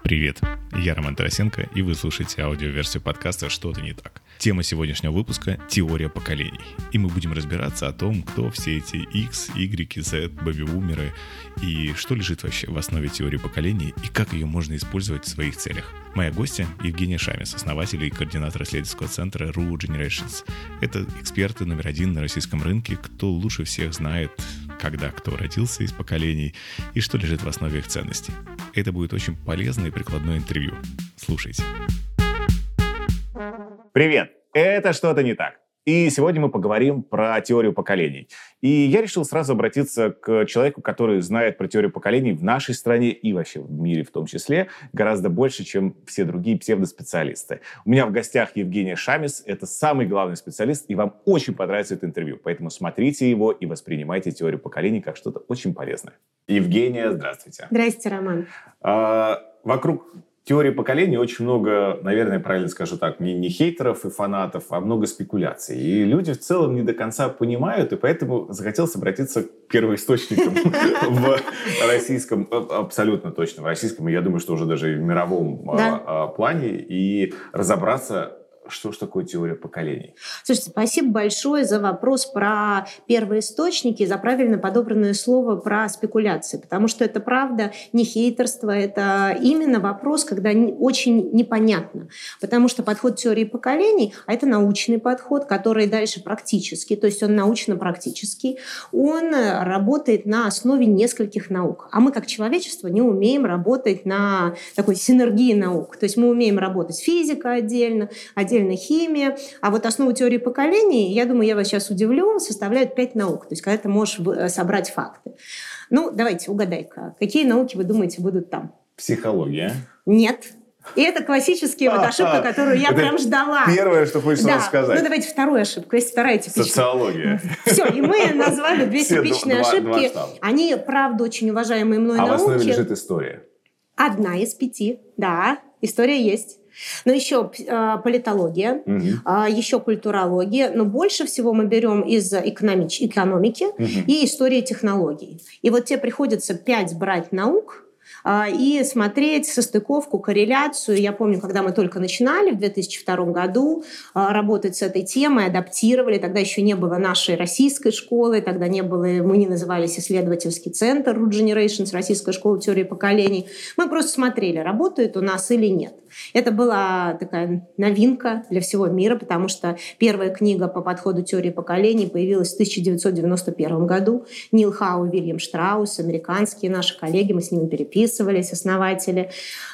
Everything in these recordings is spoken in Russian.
Привет, я Роман Тарасенко, и вы слушаете аудиоверсию подкаста «Что-то не так». Тема сегодняшнего выпуска – теория поколений. И мы будем разбираться о том, кто все эти X, Y, Z, бэби-бумеры, и что лежит вообще в основе теории поколений, и как ее можно использовать в своих целях. Моя гостья – Евгения Шамис, основатель и координатор исследовательского центра Rue Generations. Это эксперты номер один на российском рынке, кто лучше всех знает, когда кто родился из поколений и что лежит в основе их ценностей. Это будет очень полезное и прикладное интервью. Слушайте. Привет! Это «Что-то не так». И сегодня мы поговорим про теорию поколений. И я решил сразу обратиться к человеку, который знает про теорию поколений в нашей стране и вообще в мире в том числе гораздо больше, чем все другие псевдоспециалисты. У меня в гостях Евгения Шамис. Это самый главный специалист, и вам очень понравится это интервью. Поэтому смотрите его и воспринимайте теорию поколений как что-то очень полезное. Евгения, здравствуйте. Здравствуйте, Роман. Вокруг теории поколений очень много, наверное, правильно скажу так, не хейтеров и фанатов, а много спекуляций. И люди в целом не до конца понимают, и поэтому захотелось обратиться к первоисточникам в российском, абсолютно точно в российском, и я думаю, что уже даже и в мировом плане, и разобраться, что же такое теория поколений. Слушайте, спасибо большое за вопрос про первоисточники, за правильно подобранное слово про спекуляции, потому что это правда не хейтерство, это именно вопрос, когда очень непонятно, потому что подход теории поколений, а это научный подход, который дальше практический, то есть он научно-практический, он работает на основе нескольких наук, а мы как человечество не умеем работать на такой синергии наук, то есть мы умеем работать физика отдельно химия. А вот основу теории поколений, я думаю, я вас сейчас удивлю, составляют 5 наук. То есть когда ты можешь собрать факты. Ну, давайте, угадай-ка. Какие науки, вы думаете, будут там? Психология. Нет. И это классическая вот ошибка, которую я прям ждала. Первое, что хочется сказать. Ну, давайте вторую ошибку. Есть вторая типичная. Социология. Все, и мы назвали 2 типичные ошибки. Они, правда, очень уважаемые мной науки. А в основе лежит история. 1 из 5. Да, история есть. Но еще политология, еще культурология, но больше всего мы берем из экономики и истории технологий. И вот тебе приходится 5 брать наук и смотреть состыковку, корреляцию. Я помню, когда мы только начинали в 2002 году работать с этой темой, адаптировали, тогда еще не было нашей российской школы, тогда не было, мы не назывались исследовательский центр Rue Generations, российская школа теории поколений. Мы просто смотрели, работает у нас или нет. Это была такая новинка для всего мира, потому что первая книга по подходу теории поколений появилась в 1991 году. Нил Хау и Вильям Штраус, американские наши коллеги, мы с ними переписывались, основатели.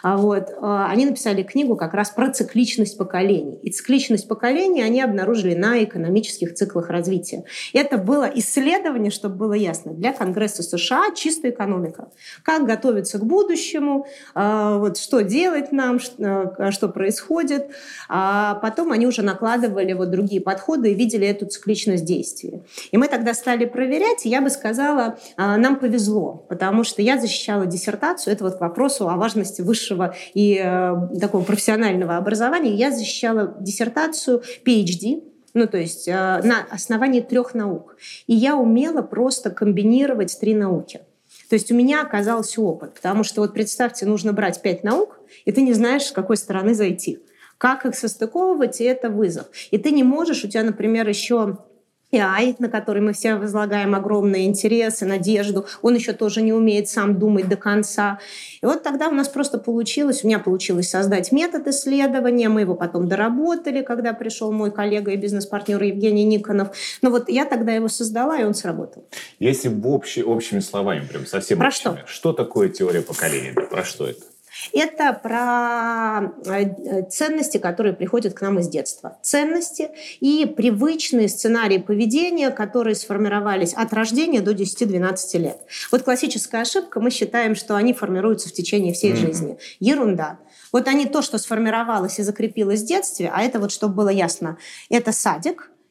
Они написали книгу как раз про цикличность поколений. И цикличность поколений они обнаружили на экономических циклах развития. Это было исследование, чтобы было ясно, для Конгресса США чистая экономика. Как готовиться к будущему, что делать нам, что происходит. А потом они уже накладывали другие подходы и видели эту цикличность действия. И мы тогда стали проверять, и я бы сказала, нам повезло, потому что я защищала диссертацию, это к вопросу о важности высшего и такого профессионального образования. Я защищала диссертацию PhD, то есть на основании 3 наук. И я умела просто комбинировать 3 науки. То есть у меня оказался опыт, потому что представьте, нужно брать 5 наук, и ты не знаешь, с какой стороны зайти. Как их состыковывать, и это вызов. И ты не можешь, у тебя, например, еще AI, на который мы все возлагаем огромные интересы, надежду, он еще тоже не умеет сам думать до конца. И тогда у меня получилось создать метод исследования, мы его потом доработали, когда пришел мой коллега и бизнес-партнер Евгений Никонов. Но я тогда его создала, и он сработал. Если общими словами, прям совсем про общими, что такое теория поколений? Про что это? Это про ценности, которые приходят к нам из детства. Ценности и привычные сценарии поведения, которые сформировались от рождения до 10-12 лет. Классическая ошибка, мы считаем, что они формируются в течение всей жизни. Ерунда. Они то, что сформировалось и закрепилось в детстве, а это чтобы было ясно, это садик,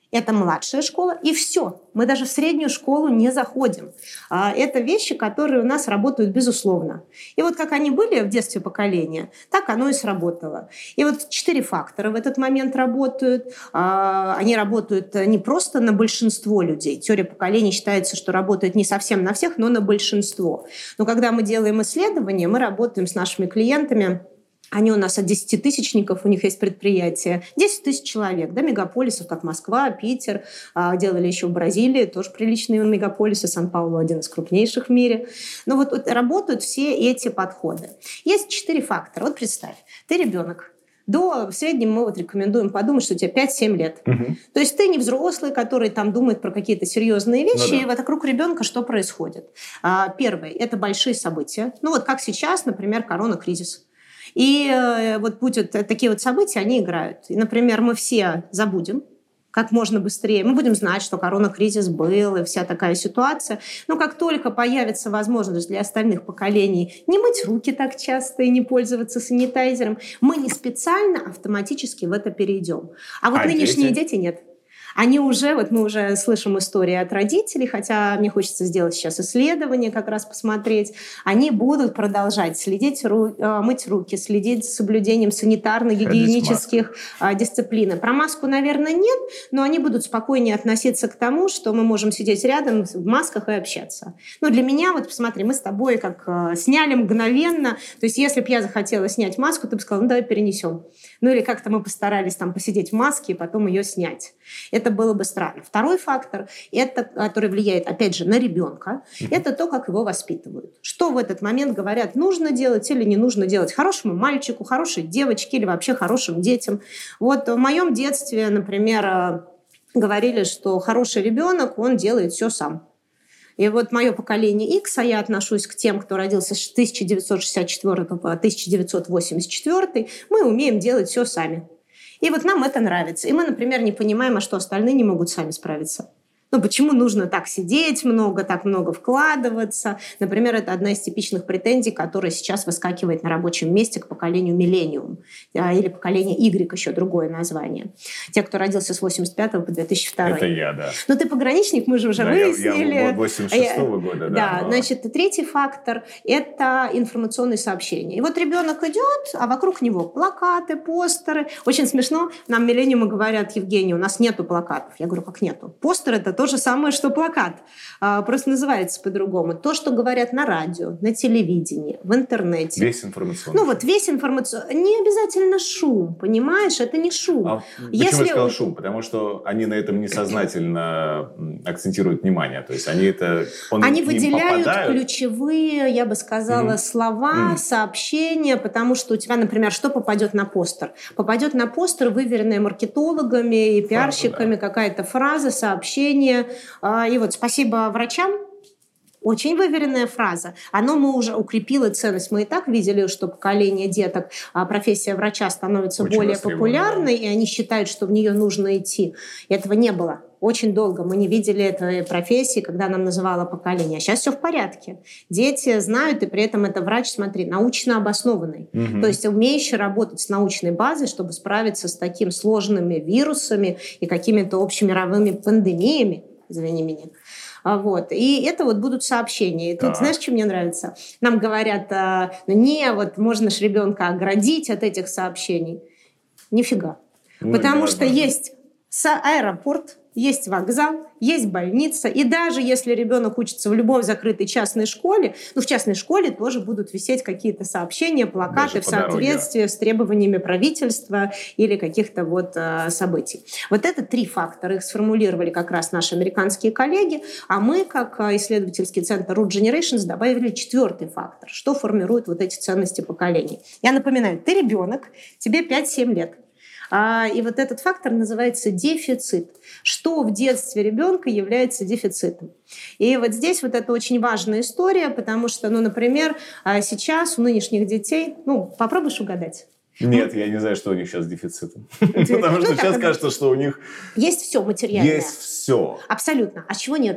Это младшая школа, и все. Мы даже в среднюю школу не заходим. Это вещи, которые у нас работают безусловно. И вот как они были в детстве поколения, так оно и сработало. И вот 4 фактора в этот момент работают. Они работают не просто на большинство людей. Теория поколений считается, что работает не совсем на всех, но на большинство. Но когда мы делаем исследования, мы работаем с нашими клиентами. Они у нас от 10-тысячников, у них есть предприятия. 10 тысяч человек, да, мегаполисов, как Москва, Питер. Делали еще в Бразилии, тоже приличные мегаполисы. Сан-Паулу один из крупнейших в мире. Но вот работают все эти подходы. Есть 4 фактора. Вот представь, ты ребенок. В среднем мы рекомендуем подумать, что у тебя 5-7 лет. То есть ты не взрослый, который там думает про какие-то серьезные вещи, и вокруг ребенка что происходит? Первое – это большие события. Как сейчас, например, коронакризис. И вот будут такие вот события, они играют. И, например, мы все забудем как можно быстрее. Мы будем знать, что коронакризис был и вся такая ситуация. Но как только появится возможность для остальных поколений не мыть руки так часто и не пользоваться санитайзером, мы не специально автоматически в это перейдем. А вот нынешние дети нет. Они уже, мы уже слышим истории от родителей, хотя мне хочется сделать сейчас исследование, как раз посмотреть. Они будут продолжать мыть руки, следить за соблюдением санитарно-гигиенических дисциплин. Про маску, наверное, нет, но они будут спокойнее относиться к тому, что мы можем сидеть рядом в масках и общаться. Для меня, посмотри, мы с тобой как сняли мгновенно. То есть если бы я захотела снять маску, ты бы сказала, давай перенесем. Или как-то мы постарались там посидеть в маске и потом ее снять. Это было бы странно. Второй фактор, который влияет, опять же, на ребенка, это то, как его воспитывают. Что в этот момент говорят, нужно делать или не нужно делать хорошему мальчику, хорошей девочке или вообще хорошим детям. В моем детстве, например, говорили, что хороший ребенок, он делает все сам. И мое поколение X, а я отношусь к тем, кто родился с 1964 по 1984, мы умеем делать все сами. И нам это нравится. И мы, например, не понимаем, а что остальные не могут сами справиться. Почему нужно так сидеть так много вкладываться? Например, это одна из типичных претензий, которая сейчас выскакивает на рабочем месте к поколению миллениум. Или поколению Y, еще другое название. Те, кто родился с 85 по 2002. Это я, да. Ты пограничник, мы же уже выяснили. Я 86-го года, да. Значит, третий фактор – это информационные сообщения. И ребенок идет, а вокруг него плакаты, постеры. Очень смешно. Нам миллениумы говорят, Евгений, у нас нету плакатов. Я говорю, как нету? Постер – это то же самое, что плакат. Просто называется по-другому. То, что говорят на радио, на телевидении, в интернете. Весь информационный. Весь информационный. Не обязательно шум, понимаешь? Это не шум. Почему я сказал шум? Потому что они на этом несознательно акцентируют внимание. То есть они выделяют ключевые, я бы сказала, слова, сообщения, потому что у тебя, например, что попадет на постер? Попадет на постер, выверенная маркетологами и пиарщиками какая-то фраза, сообщение. И спасибо врачам. Очень выверенная фраза. Мы уже укрепило ценность. Мы и так видели, что поколение деток, профессия врача становится очень более популярной, и они считают, что в нее нужно идти. Этого не было. Очень долго мы не видели этой профессии, когда нам называло поколение. А сейчас все в порядке. Дети знают, и при этом это врач, смотри, научно обоснованный. То есть умеющий работать с научной базой, чтобы справиться с такими сложными вирусами и какими-то общемировыми пандемиями, извини меня. И это будут сообщения. И тут, знаешь, что мне нравится? Нам говорят, можно ж ребенка оградить от этих сообщений. Нифига. Потому что есть аэропорт, есть вокзал, есть больница. И даже если ребенок учится в любой закрытой частной школе, в частной школе тоже будут висеть какие-то сообщения, плакаты в соответствии с требованиями правительства или каких-то событий. Это 3 фактора. Их сформулировали как раз наши американские коллеги, а мы, как исследовательский центр Root Generations, добавили 4-й фактор, что формирует эти ценности поколений. Я напоминаю, ты ребенок, тебе 5-7 лет. И этот фактор называется дефицит. Что в детстве ребенка является дефицитом? И здесь это очень важная история, потому что, например, сейчас у нынешних детей, попробуешь угадать. Нет, я не знаю, что у них сейчас с дефицитом. Потому что сейчас кажется, что у них... Есть все материальное. Есть все. Абсолютно. А чего нету?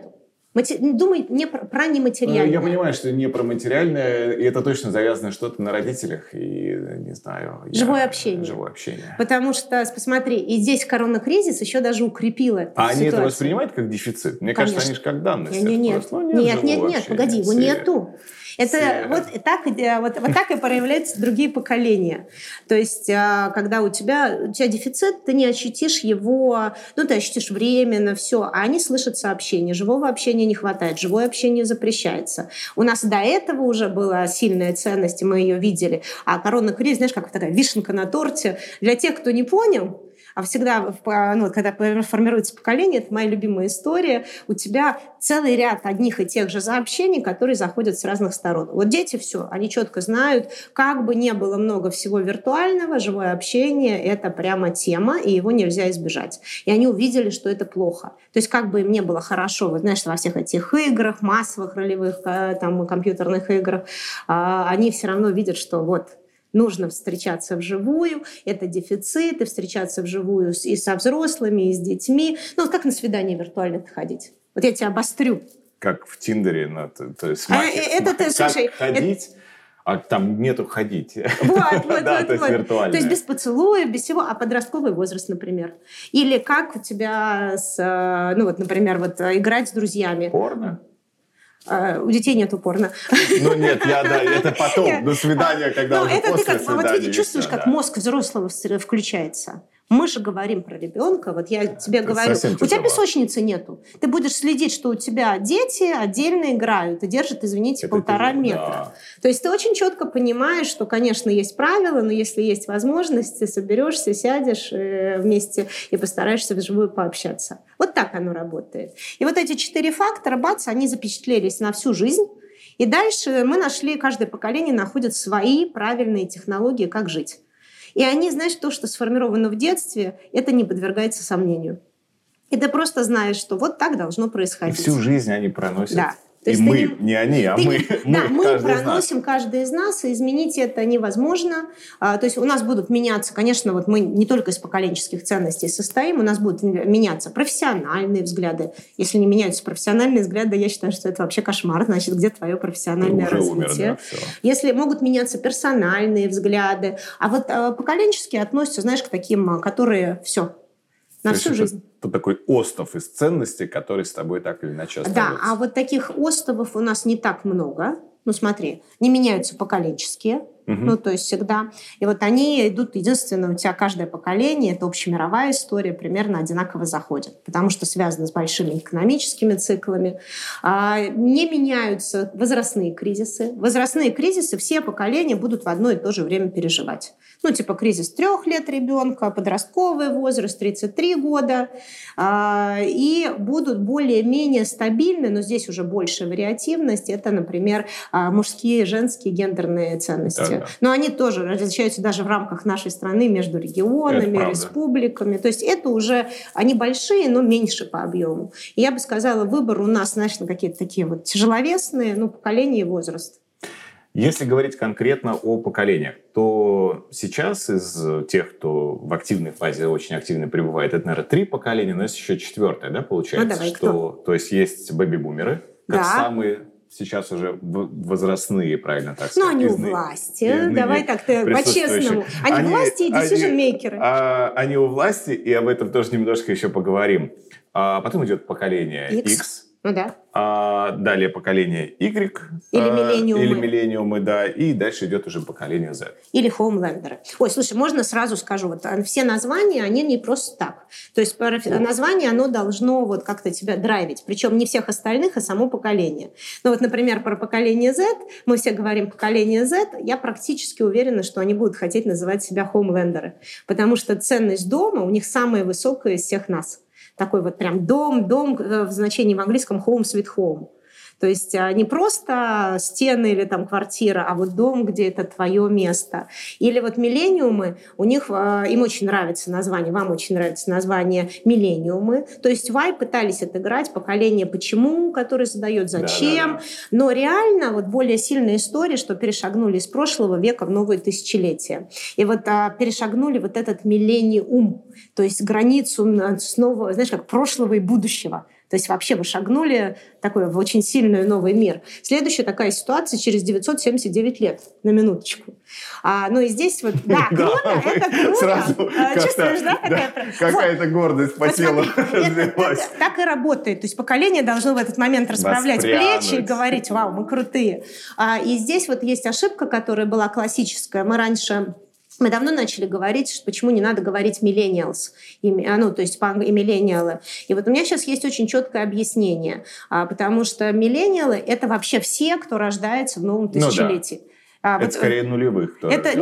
Думай не про нематериальное. Я понимаю, что не про материальное, и это точно завязано что-то на родителях и, не знаю... Живое общение. Живое общение. Потому что, посмотри, и здесь коронакризис еще даже укрепил эту ситуацию. Они это воспринимают как дефицит? Мне кажется, они же как данность. Нет, погоди, его нету. Это вот так и проявляются другие поколения. То есть, когда у тебя дефицит, ты не ощутишь его, ты ощутишь временно, все, а они слышат сообщения. Живого общения не хватает, живое общение запрещается. У нас до этого уже была сильная ценность, и мы ее видели. А коронакризис, знаешь, как такая вишенка на торте. Для тех, кто не понял, а всегда, когда формируется поколение, это моя любимая история, у тебя целый ряд одних и тех же сообщений, которые заходят с разных сторон. Вот дети все, они четко знают, как бы не было много всего виртуального, живое общение — это прямо тема, и его нельзя избежать. И они увидели, что это плохо. То есть как бы им не было хорошо, вот знаешь, во всех этих играх, массовых ролевых там, компьютерных играх, они все равно видят, что вот нужно встречаться вживую, это дефицит, и встречаться вживую и со взрослыми, и с детьми. Вот как на свидание виртуально ходить? Вот я тебя обострю. Как в Тиндере, то есть ходить, а там нету ходить. Вот. То есть виртуально. То есть без поцелуя, без всего, а подростковый возраст, например. Или как у тебя, например, играть с друзьями. Порно? У детей нет порно. Нет, это потом, до свидания, когда уже после свидания. Вот видишь, чувствуешь, как мозг взрослого включается. Мы же говорим про ребенка. Вот я тебе говорю, у тебя песочницы нету. Ты будешь следить, что у тебя дети отдельно играют и держат, извините, 1,5 метра. Да. То есть ты очень четко понимаешь, что, конечно, есть правила, но если есть возможность, ты соберешься, сядешь вместе и постараешься вживую пообщаться. Вот так оно работает. И вот эти 4 фактора, бац, они запечатлелись на всю жизнь. И дальше мы нашли, каждое поколение находит свои правильные технологии, как жить. И они, знаешь, то, что сформировано в детстве, это не подвергается сомнению. И ты просто знаешь, что вот так должно происходить. И всю жизнь они проносят. Да. И мы, не они, а мы. Мы проносим каждый из нас, и изменить это невозможно. То есть у нас будут меняться, конечно, вот мы не только из поколенческих ценностей состоим, у нас будут меняться профессиональные взгляды. Если не меняются профессиональные взгляды, я считаю, что это вообще кошмар, значит, где твое профессиональное развитие. Если могут меняться персональные взгляды, а вот поколенческие относятся, знаешь, к таким, которые все на всю жизнь. Это такой остов из ценностей, который с тобой так или иначе остается. Да, а вот таких остовов у нас не так много. Смотри, не меняются поколенческие, то есть всегда. И вот они идут, единственное, у тебя каждое поколение, это общемировая история, примерно одинаково заходит, потому что связано с большими экономическими циклами. Не меняются возрастные кризисы. Возрастные кризисы все поколения будут в одно и то же время переживать. Типа кризис 3 лет ребенка, подростковый возраст, 33 года. И будут более-менее стабильны, но здесь уже большая вариативность. Это, например, мужские и женские гендерные ценности. Да. Но они тоже различаются даже в рамках нашей страны между регионами, республиками. То есть это уже, они большие, но меньше по объему. И я бы сказала, выбор у нас, знаешь, на какие-то такие вот тяжеловесные, поколение и возраст. Если говорить конкретно о поколениях, то сейчас из тех, кто в активной фазе очень активно пребывает, это, наверное, 3 поколения, но есть еще 4, да, получается? Давай, кто? То есть есть бэби-бумеры, как самые сейчас уже возрастные, правильно так сказать. Они у власти. Давай так-то по-честному. Они у власти и decision-мейкеры. Они у власти, и об этом тоже немножко еще поговорим. Потом идет поколение X. Далее поколение Y. Или миллениумы, да. И дальше идет уже поколение Z. Или хоумлендеры. Ой, слушай, можно сразу скажу, вот все названия, они не просто так. То есть название, оно должно вот как-то тебя драйвить. Причем не всех остальных, а само поколение. Например, про поколение Z, мы все говорим поколение Z, я практически уверена, что они будут хотеть называть себя хоумлендеры. Потому что ценность дома у них самая высокая из всех нас. Такой вот прям дом в значении в английском home sweet home. То есть не просто стены или там квартира, а вот дом, где это твое место. Или вот миллениумы, у них, им очень нравится название, вам очень нравится название миллениумы. То есть Y пытались отыграть поколение «почему», которое задает «зачем». Да. Но реально вот более сильная история, что перешагнули из прошлого века в новое тысячелетие. И вот перешагнули вот этот миллениум, то есть границу снова, знаешь, как прошлого и будущего. То есть вообще вы шагнули такой в очень сильный новый мир. Следующая такая ситуация через 979 лет, на минуточку. Ну и здесь вот, да, круто, это круто. Сразу чувствуешь, да? Какая-то гордость по телу развилась. Так и работает. То есть поколение должно в этот момент расправлять плечи и говорить: вау, мы крутые. И здесь вот есть ошибка, которая была классическая. Мы давно начали говорить, что почему не надо говорить millennials, то есть и миллениалы. И вот у меня сейчас есть очень четкое объяснение, потому что миллениалы — это вообще все, кто рождается в новом тысячелетии. Это скорее нулевых. Это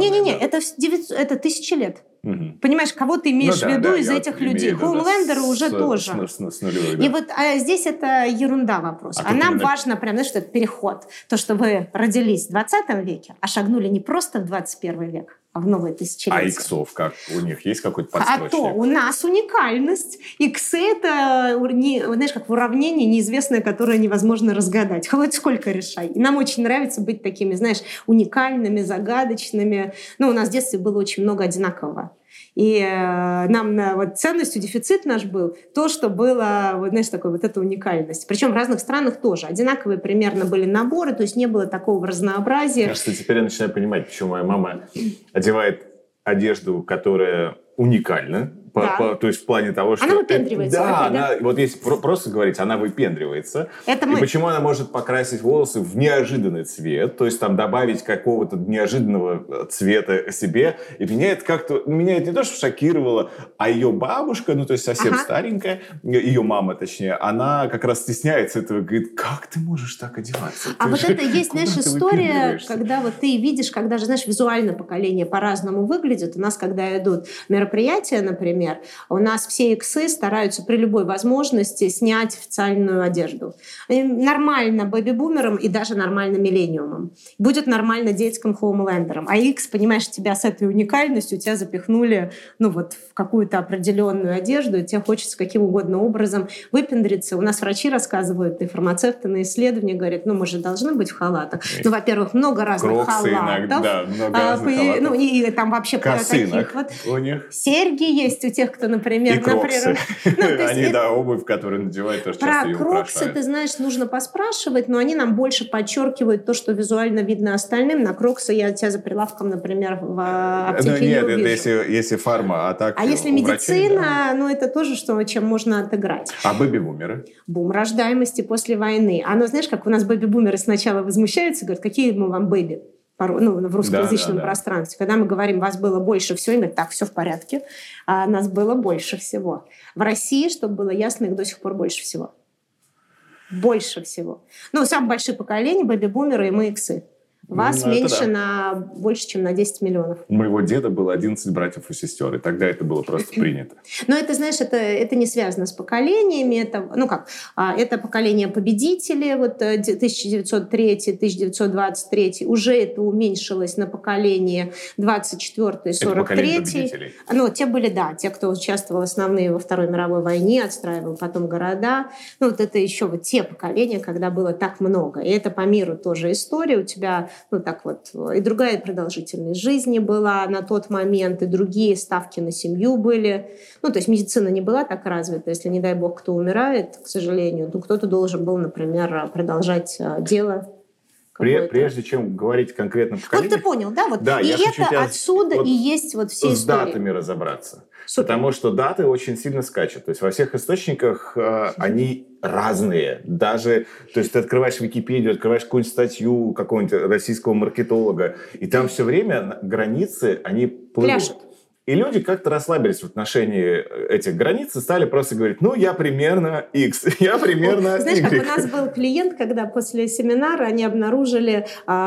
1000 лет. Угу. Понимаешь, кого ты имеешь в виду из этих людей? Хоумлендеры уже тоже. С нулевых, да. И вот здесь это ерунда вопрос. А нам важно прям, знаешь, что это переход. То, что вы родились в 20 веке, а шагнули не просто в 21 век, а в новое тысячелетие. А иксов как? У них есть какой-то подстрочник? А то у нас уникальность. Иксы — это, знаешь, как в уравнении неизвестное, которое невозможно разгадать. Хоть сколько решай. И нам очень нравится быть такими, знаешь, уникальными, загадочными. У нас в детстве было очень много одинакового. И нам ценностью дефицит наш был то, что было, знаешь, такой вот эта уникальность. Причем в разных странах тоже. Одинаковые примерно были наборы, то есть не было такого разнообразия. Кажется, теперь я начинаю понимать, почему моя мама одевает одежду, которая уникальна. То есть в плане того, что... Она выпендривается. Вот если просто говорить, она выпендривается. И почему она может покрасить волосы в неожиданный цвет, то есть там добавить какого-то неожиданного цвета себе. И меня это не то, что шокировало, а ее бабушка, то есть совсем старенькая, ее мама точнее, она как раз стесняется этого, говорит: как ты можешь так одеваться? Вот это есть, знаешь, история, когда вот ты видишь, когда же, знаешь, визуально поколение по-разному выглядит. У нас, когда идут мероприятия, например, у нас все иксы стараются при любой возможности снять официальную одежду. Нормально бэби-бумерам и даже нормально миллениумам. Будет нормально детским хоумлендерам. А икс, понимаешь, тебя с этой уникальностью тебя запихнули в какую-то определенную одежду, и тебе хочется каким угодно образом выпендриться. У нас врачи рассказывают, и фармацевты на исследовании говорят: мы же должны быть в халатах. Во-первых, много разных халатов. Иногда, много разных халатов. И там вообще таких вот. У них. Серьги есть у тех, кто, например... И кроксы. Они, обувь, которую надевают, тоже часто ее украшают. Про кроксы, ты знаешь, нужно поспрашивать, но они нам больше подчеркивают то, что визуально видно остальным. На кроксы я тебя за прилавком, например, в аптеке не увижу. Нет, это если фарма, а так... А если медицина, это тоже чем можно отыграть. А бэби-бумеры? Бум рождаемости после войны. Знаешь, как у нас бэби-бумеры сначала возмущаются, говорят: какие мы вам бэби? В русскоязычном пространстве. Когда мы говорим: вас было больше всего, они говорят: так, все в порядке, а нас было больше всего. В России, чтобы было ясно, их до сих пор больше всего. Больше всего. Самые большие поколения — бэби-бумеры и мы иксы. Вас меньше больше, чем на 10 миллионов. У моего деда было 11 братьев и сестер, и тогда это было просто принято. Но это, знаешь, это не связано с поколениями. Это поколение победителей, 1903-1923. Уже это уменьшилось на поколение 24-43. Те были, те, кто участвовал основные во Второй мировой войне, отстраивал потом города. Это еще те поколения, когда было так много. И это по миру тоже история. У тебя и другая продолжительность жизни была на тот момент, и другие ставки на семью были. То есть медицина не была так развита. Если, не дай бог, кто умирает, к сожалению, кто-то должен был, например, продолжать дело. Прежде чем говорить конкретно поколение... ты понял, да? И это отсюда и есть все истории. С датами разобраться. Супер. Потому что даты очень сильно скачут. То есть во всех источниках они разные. Даже, то есть ты открываешь Википедию, открываешь какую-нибудь статью какого-нибудь российского маркетолога, и там все время границы, они плывут. Пляшут. И люди как-то расслабились в отношении этих границ и стали просто говорить: я примерно X, я примерно Y. Знаешь, как у нас был клиент, когда после семинара они обнаружили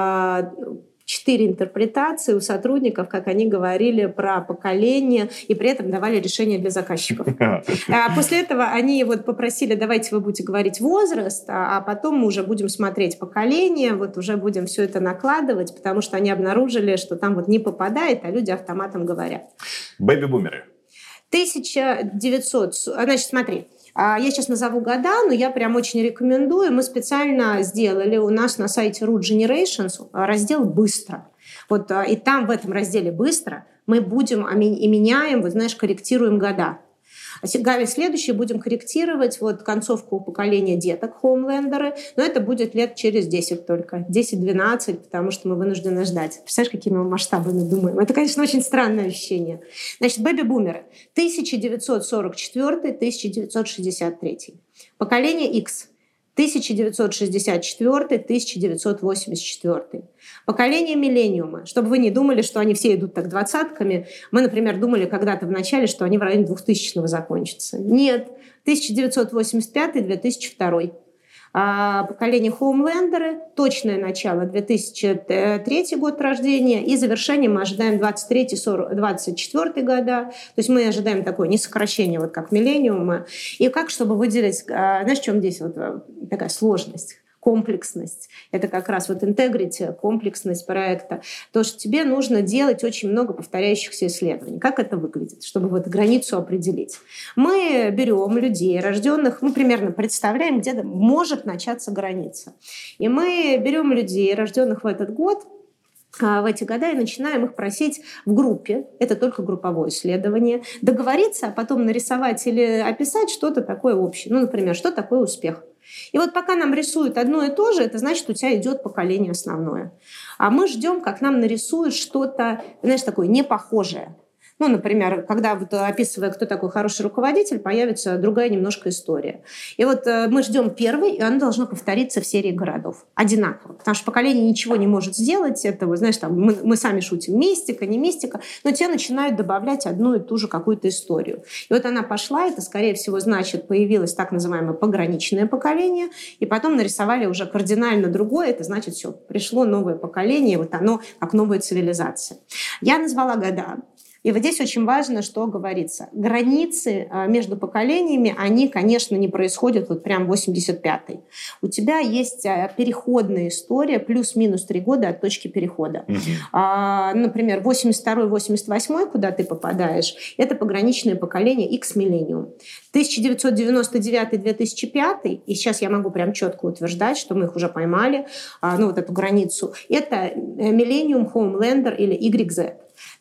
4 интерпретации у сотрудников, как они говорили про поколение, и при этом давали решения для заказчиков. После этого они попросили: давайте вы будете говорить возраст, а потом мы уже будем смотреть поколение, уже будем все это накладывать, потому что они обнаружили, что там не попадает, а люди автоматом говорят. Бэби-бумеры. 1900... Значит, смотри. Я сейчас назову года, но я прям очень рекомендую. Мы специально сделали у нас на сайте Root Generations раздел «Быстро». И там в этом разделе «Быстро» мы будем и меняем, корректируем года. А следующее будем корректировать вот концовку поколения деток, хоумлендеры, но это будет лет через 10 только, 10-12, потому что мы вынуждены ждать. Представляешь, какими мы масштабами думаем? Это, конечно, очень странное ощущение. Значит, бэби-бумеры 1944-1963. Поколение X 1964-1984. Поколение миллениума. Чтобы вы не думали, что они все идут так двадцатками. Мы, например, думали когда-то в начале, что они в районе 2000-го закончатся. Нет. 1985-2002. Поколение хоумлендеры, точное начало 2003 год рождения, и завершение мы ожидаем 23-24 года. То есть мы ожидаем такое не сокращение, вот как миллениума. И как, чтобы выделить, знаешь, в чем здесь вот такая сложность? Комплексность. Это как раз вот integrity, комплексность проекта. То, что тебе нужно делать очень много повторяющихся исследований. Как это выглядит, чтобы вот границу определить? Мы берем людей, рожденных, мы примерно представляем, где может начаться граница. И мы берем людей, рожденных в этот год, в эти года, и начинаем их просить в группе, это только групповое исследование, договориться, а потом нарисовать или описать что-то такое общее. Ну, например, что такое успех. И вот пока нам рисуют одно и то же, это значит, у тебя идет поколение основное. А мы ждем, как нам нарисуют что-то, знаешь, такое непохожее. Ну, например, когда вот, описывая, кто такой хороший руководитель, появится другая немножко история. И вот мы ждем первый, и она должна повториться в серии городов. Одинаково. Потому что поколение ничего не может сделать этого. Знаешь, там, мы сами шутим, мистика, не мистика, но те начинают добавлять одну и ту же какую-то историю. И вот она пошла, это, скорее всего, значит, появилось так называемое пограничное поколение, и потом нарисовали уже кардинально другое, это значит, все, пришло новое поколение, вот оно как новая цивилизация. Я назвала года. И вот здесь очень важно, что говорится. Границы между поколениями, они, конечно, не происходят вот прям 85-й. У тебя есть переходная история, плюс-минус 3 года от точки перехода. Например, 82-88, куда ты попадаешь, это пограничное поколение X-миллениум. 1999-2005, и сейчас я могу прям четко утверждать, что мы их уже поймали, ну вот эту границу, это миллениум, хоумлендер или YZ.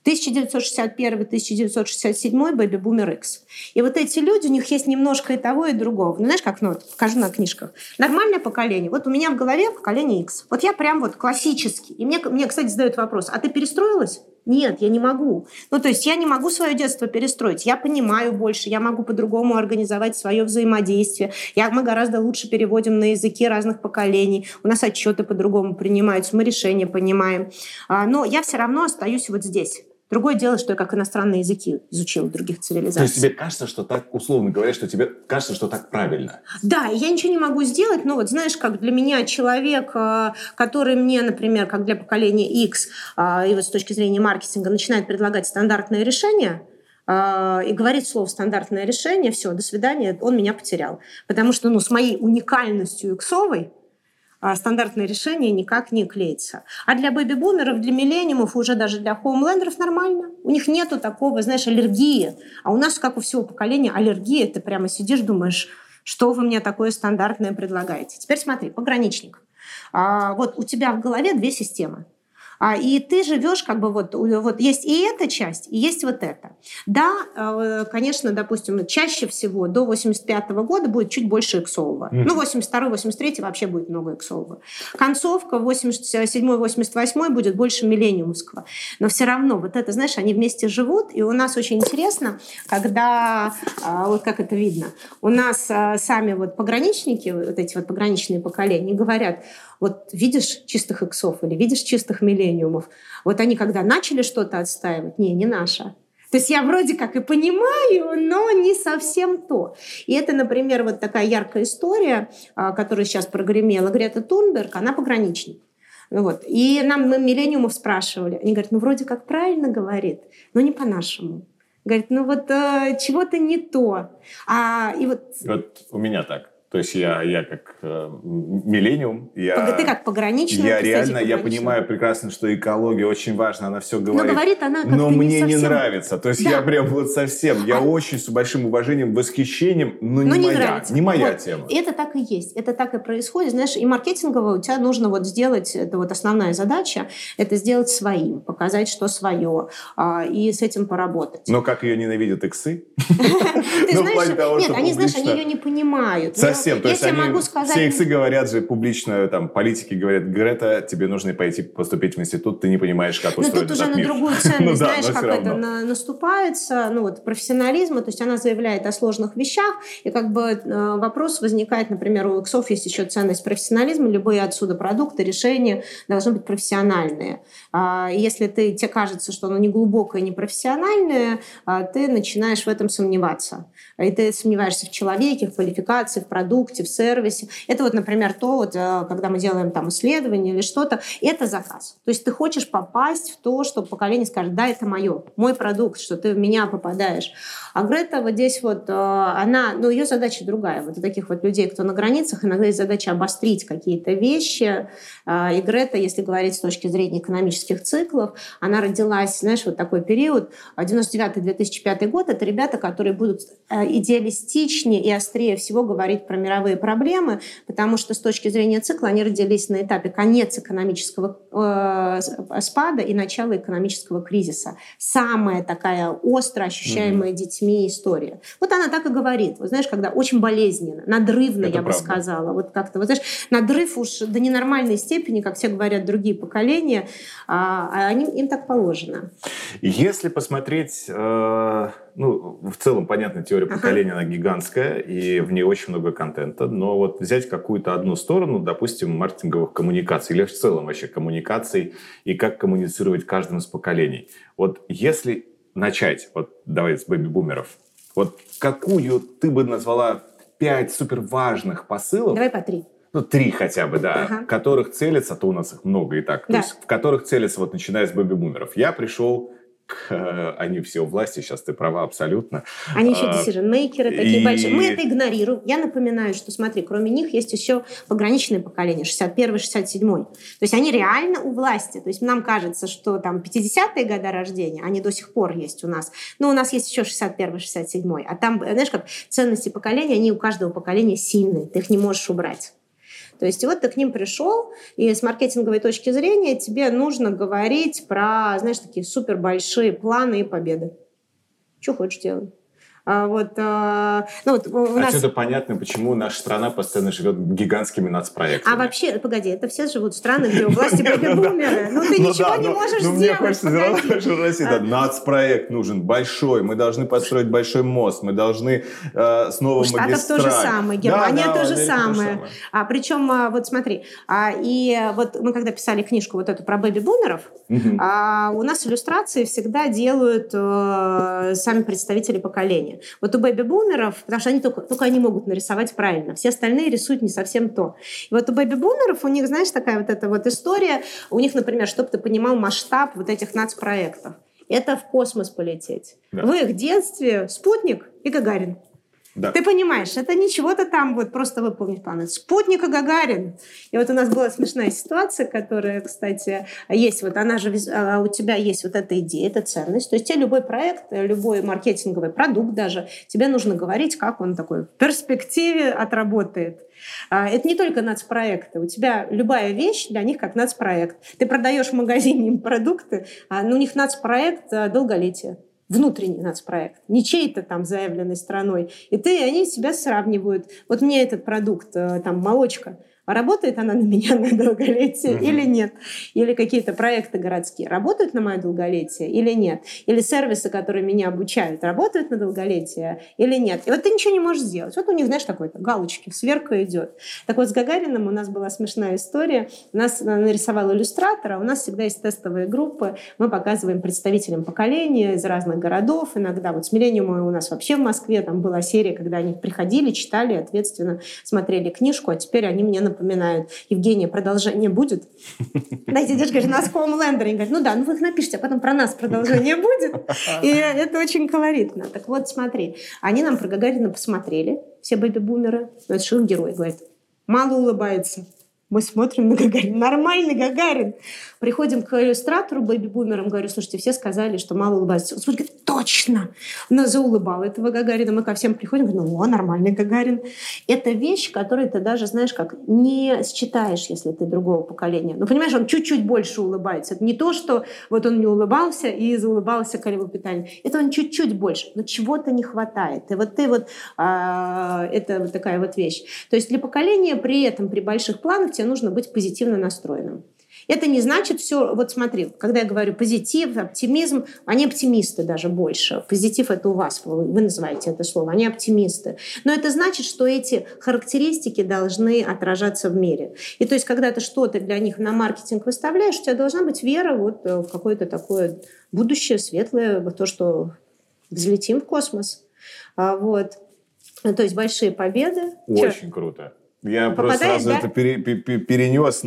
1961-1967 бэби-бумер X. И вот эти люди, у них есть немножко и того, и другого. Ну, знаешь, как, покажу на книжках. Нормальное поколение. Вот у меня в голове поколение X. Вот я прям вот классический. И мне, кстати, задают вопрос, а ты перестроилась? Нет, я не могу. Ну, то есть я не могу свое детство перестроить. Я понимаю больше, я могу по-другому организовать свое взаимодействие. Мы гораздо лучше переводим на языки разных поколений. У нас отчеты по-другому принимаются, мы решения понимаем. Но я все равно остаюсь вот здесь. Другое дело, что я как иностранные языки изучила в других цивилизациях. То есть тебе кажется, что так, условно говоря, что тебе кажется, что так правильно? Да, я ничего не могу сделать, но вот знаешь, как для меня человек, который мне, например, как для поколения X, и вот с точки зрения маркетинга начинает предлагать стандартное решение, и говорит слово «стандартное решение», все, до свидания, он меня потерял. Потому что с моей уникальностью иксовой стандартное решение никак не клеится. А для бэби-бумеров, для миллениумов, уже даже для хоумлендеров нормально. У них нету такого, знаешь, аллергии. А у нас, как у всего поколения, аллергия. Ты прямо сидишь, думаешь, что вы мне такое стандартное предлагаете. Теперь смотри, пограничник. Вот у тебя в голове 2 системы. И ты живешь как бы вот есть и эта часть, и есть вот это. Да, конечно, допустим, чаще всего до 85-го года будет чуть больше иксового. Ну, 82-й, 83-й вообще будет много иксового. Концовка 87-й, 88-й будет больше миллениумского. Но все равно вот это, знаешь, они вместе живут, и у нас очень интересно, когда, вот как это видно, у нас сами вот пограничники, вот эти вот пограничные поколения говорят, вот видишь чистых иксов или видишь чистых миллениумов, вот они когда начали что-то отстаивать, не наше. То есть я вроде как и понимаю, но не совсем то. И это, например, вот такая яркая история, которая сейчас прогремела. Грета Тунберг, она пограничник. Вот. И мы миллениумов спрашивали. Они говорят, вроде как правильно говорит, но не по-нашему. Говорит, чего-то не то. Вот у меня так. То есть я как миллениум, ты как пограничный. Я реально, я понимаю прекрасно, что экология очень важна, она все говорит. Но говорит она как-то но мне не совсем... нравится. То есть я прям вот совсем, я очень с большим уважением, восхищением, но не моя тема. И это так и есть, это так и происходит. Знаешь, и маркетингово у тебя нужно вот сделать, это вот основная задача, это сделать своим, показать, что свое, и с этим поработать. Но как ее ненавидят иксы? Ты знаешь, нет, они, знаешь, они ее не понимают. Совсем. То есть все иксы говорят же публично, там, политики говорят: Грета, тебе нужно пойти поступить в институт, ты не понимаешь, как устроен этот мир. Но тут уже на другую ценность, знаешь, как это наступается, профессионализма, то есть она заявляет о сложных вещах, и как бы вопрос возникает, например, у иксов есть еще ценность профессионализма, любые отсюда продукты, решения должны быть профессиональные. Если тебе кажется, что оно не глубокое, не профессиональное, ты начинаешь в этом сомневаться. И ты сомневаешься в человеке, в квалификации, в продукте, в сервисе. Это вот, например, когда мы делаем там исследование или что-то, это заказ. То есть ты хочешь попасть в то, что поколение скажет: да, это мой продукт, что ты в меня попадаешь. А Грета вот здесь вот, она, ее задача другая. Вот у таких вот людей, кто на границах, иногда есть задача обострить какие-то вещи. И Грета, если говорить с точки зрения экономических циклов, она родилась, знаешь, вот такой период, 99-2005 год, это ребята, которые будут идеалистичнее и острее всего говорить про мировые проблемы, потому что с точки зрения цикла они родились на этапе конец экономического спада и начало экономического кризиса. Самая такая остро ощущаемая детьми история. Вот она так и говорит. Вот знаешь, когда очень болезненно, надрывно, это я бы сказала. Вот как-то, вот знаешь, надрыв уж до ненормальной степени, как все говорят другие поколения, им так положено. Если посмотреть, в целом, понятно, теория поколения, она гигантская, и в ней очень много контента, но вот взять какую-то одну сторону, допустим, маркетинговых коммуникаций, или в целом вообще коммуникаций, и как коммуницировать каждым из поколений. Вот если начать, вот давай с бэби-бумеров, вот какую ты бы назвала 5 суперважных посылов? Давай по 3. 3 хотя бы, да, в которых целятся, то у нас их много и так, то есть в которых целятся, вот начиная с бэби-бумеров. Я пришел они все у власти, сейчас ты права абсолютно. Они еще decision-мейкеры такие большие. Мы это игнорируем. Я напоминаю, что, смотри, кроме них есть еще пограничные поколения, 61-й, 67-й. То есть они реально у власти. То есть нам кажется, что там 50-е годы рождения, они до сих пор есть у нас. Но у нас есть еще 61-й, 67-й. А там, знаешь, как ценности поколения, они у каждого поколения сильные. Ты их не можешь убрать. То есть вот ты к ним пришел, и с маркетинговой точки зрения тебе нужно говорить про, знаешь, такие супербольшие планы и победы. Что хочешь делать? Отсюда понятно, почему наша страна постоянно живет гигантскими нацпроектами. А вообще, погоди, это все живут в странах, где у власти бэби-бумеры. Ты ничего не можешь сделать. Мне хочется в России. Нацпроект нужен большой, мы должны построить большой мост, мы должны с новым магистраль. У Штатов то же самое, Германия то же самое. Причем, вот смотри, и вот мы когда писали книжку вот эту про бэби-бумеров, у нас иллюстрации всегда делают сами представители поколения. Вот у бэби-бумеров, потому что они только они могут нарисовать правильно, все остальные рисуют не совсем то. И вот у бэби-бумеров у них, знаешь, такая вот эта вот история, у них, например, чтобы ты понимал масштаб вот этих нацпроектов, это в космос полететь. Да. В их детстве спутник и Гагарин. Да. Ты понимаешь, это не чего-то там вот просто выполнить планы. Спутник и Гагарин. И вот у нас была смешная ситуация, которая, кстати, есть. Вот она же, у тебя есть вот эта идея, эта ценность. То есть тебе любой проект, любой маркетинговый продукт даже, тебе нужно говорить, как он такой в перспективе отработает. Это не только нацпроекты. У тебя любая вещь для них как нацпроект. Ты продаешь в магазине им продукты, но у них нацпроект долголетия. Внутренний нацпроект, не чей-то там заявленной страной. И они себя сравнивают. Вот мне этот продукт, там, молочка, работает она на меня на долголетие или нет? Или какие-то проекты городские работают на мое долголетие или нет? Или сервисы, которые меня обучают, работают на долголетие или нет? И вот ты ничего не можешь сделать. Вот у них, знаешь, такой-то галочки, сверка идет. Так вот с Гагариным у нас была смешная история. Нас нарисовал иллюстратор, а у нас всегда есть тестовые группы. Мы показываем представителям поколения из разных городов. Иногда вот с Миллениумом у нас вообще в Москве там была серия, когда они приходили, читали, ответственно смотрели книжку, а теперь они мне напоминают: Евгения, продолжение будет? Дайте, идешь, говоришь, нас Homelander. Они говорят, вы их напишите, а потом про нас продолжение будет. И это очень колоритно. Так вот, смотри, они нам про Гагарина посмотрели, все бэби-бумеры. Ну, это же их герой, говорит. Мало улыбается. Мы смотрим на Гагарина. Нормальный Гагарин. Приходим к иллюстратору, бэби-бумерам, говорю, слушайте, все сказали, что мало улыбается. Он смотрит, говорит, точно! Она заулыбала этого Гагарина. Мы ко всем приходим, говорим, ну, нормальный Гагарин. Это вещь, которую ты даже, знаешь, как не считаешь, если ты другого поколения. Ну, понимаешь, он чуть-чуть больше улыбается. Это не то, что вот он не улыбался и заулыбался Калибопиталин. Это он чуть-чуть больше. Но чего-то не хватает. И вот ты вот... это вот такая вот вещь. То есть для поколения при этом, при больших планах, тебе нужно быть позитивно настроенным. Это не значит все... Вот смотри, когда я говорю позитив, оптимизм, они оптимисты даже больше. Позитив — это у вас, вы называете это слово. Они оптимисты. Но это значит, что эти характеристики должны отражаться в мире. И то есть, когда ты что-то для них на маркетинг выставляешь, у тебя должна быть вера вот в какое-то такое будущее светлое, в то, что взлетим в космос. Вот. То есть большие победы. Очень круто. Я Попадаешь, просто сразу да? это перенес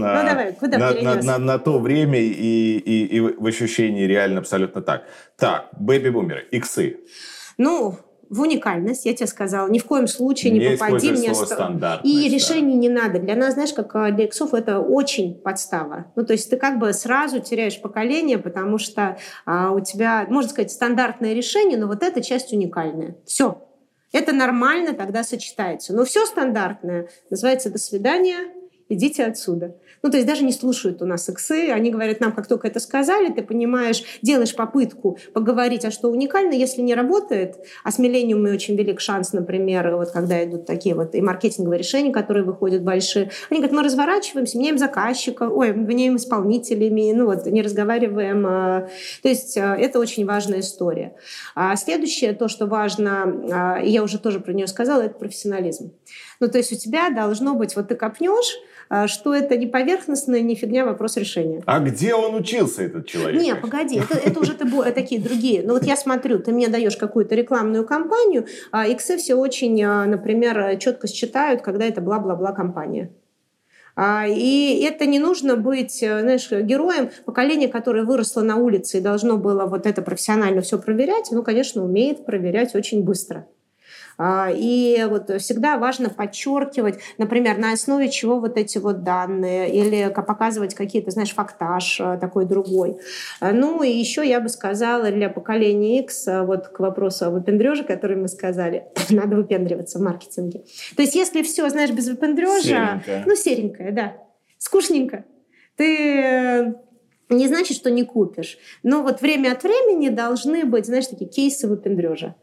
на то время и в ощущении реально абсолютно так. Так, бэби-бумеры, иксы. Ну, в уникальность, я тебе сказала, ни в коем случае не попади мне. И решений не надо. Для нас, знаешь, как для иксов, это очень подстава. Ну, то есть ты как бы сразу теряешь поколение, потому что у тебя, можно сказать, стандартное решение, но вот эта часть уникальная. Все. Это нормально тогда сочетается. Но все стандартное называется «до свидания», идите отсюда. Ну, то есть даже не слушают у нас иксы. Они говорят нам, как только это сказали, ты понимаешь, делаешь попытку поговорить, а что уникально, если не работает. А с миллениумом очень велик шанс, например, вот когда идут такие вот и маркетинговые решения, которые выходят большие. Они говорят, мы разворачиваемся, меняем заказчика, меняем исполнителями, ну вот, не разговариваем. То есть это очень важная история. А следующее, то, что важно, я уже тоже про нее сказала, это профессионализм. Ну, то есть у тебя должно быть, вот ты копнешь, что это не поверхностная, не фигня, вопрос решения. А где он учился, этот человек? Не, погоди, это уже такие другие. Ну вот я смотрю, ты мне даешь какую-то рекламную кампанию, а иксы все очень, например, четко считают, когда это бла-бла-бла компания. И это не нужно быть, знаешь, героем. Поколение, которое выросло на улице и должно было вот это профессионально все проверять, оно, конечно, умеет проверять очень быстро. И вот всегда важно подчеркивать, например, на основе чего вот эти вот данные, или показывать какие-то, знаешь, фактаж такой другой. Ну и еще я бы сказала для поколения X, вот к вопросу о выпендрёже, который мы сказали, надо выпендриваться в маркетинге. То есть если все, знаешь, без выпендрёжа, серенькое, да, скучненько, ты... Не значит, что не купишь. Но вот время от времени должны быть, знаешь, такие кейсы выпендрёжа.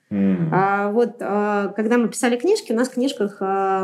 Когда мы писали книжки, у нас в книжках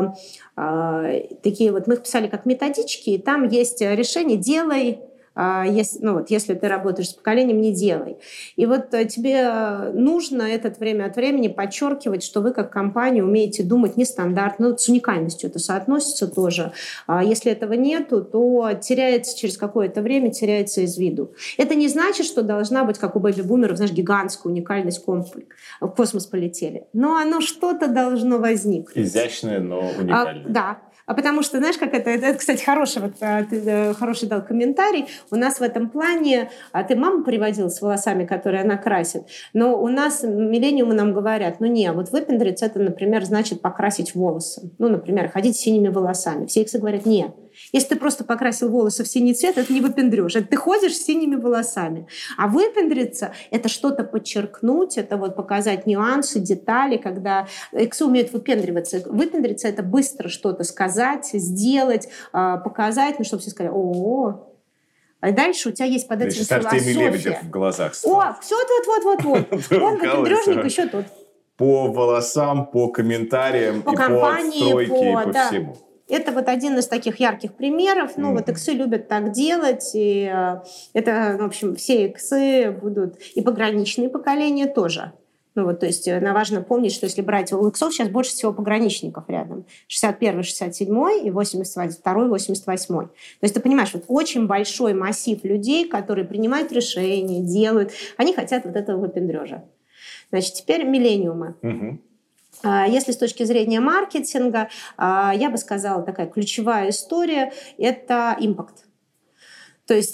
такие вот, мы их писали как методички, и там есть решение «делай», если ты работаешь с поколением, не делай. И вот тебе нужно время от времени подчеркивать, что вы как компания умеете думать нестандартно, с уникальностью это соотносится тоже. Если этого нету, то теряется через какое-то время, теряется из виду. Это не значит, что должна быть, как у бэби-бумеров, знаешь, гигантская уникальность, в космос полетели. Но оно что-то должно возникнуть. Изящное, но уникальное. Да. Потому что, знаешь, как это, кстати, ты хороший дал комментарий. У нас в этом плане, ты маму приводила с волосами, которые она красит, но у нас миллениумы нам говорят, вот выпендриться, это, например, значит покрасить волосы. Ну, например, ходить с синими волосами. Все иксы говорят, нет. Если ты просто покрасил волосы в синий цвет, это не выпендрёшь. Это ты ходишь с синими волосами. А выпендриться — это что-то подчеркнуть, это вот показать нюансы, детали, когда иксы умеют выпендриваться. Выпендриться — это быстро что-то сказать, сделать, показать, чтобы все сказали, о-о-о. А дальше у тебя есть под этим философия. Артемий Лебедев в глазах. Все, вот. Он выпендрёжник еще тот. По волосам, по комментариям, по отстройке, и по всему. Это вот один из таких ярких примеров. Вот иксы любят так делать. И это, в общем, все иксы будут... И пограничные поколения тоже. То есть важно помнить, что если брать у иксов, сейчас больше всего пограничников рядом. 61-й, 67-й и 82-й, 88-й. То есть ты понимаешь, вот очень большой массив людей, которые принимают решения, делают, они хотят вот этого выпендрёжа. Значит, теперь миллениумы. Если с точки зрения маркетинга, я бы сказала, такая ключевая история – это импакт. То есть,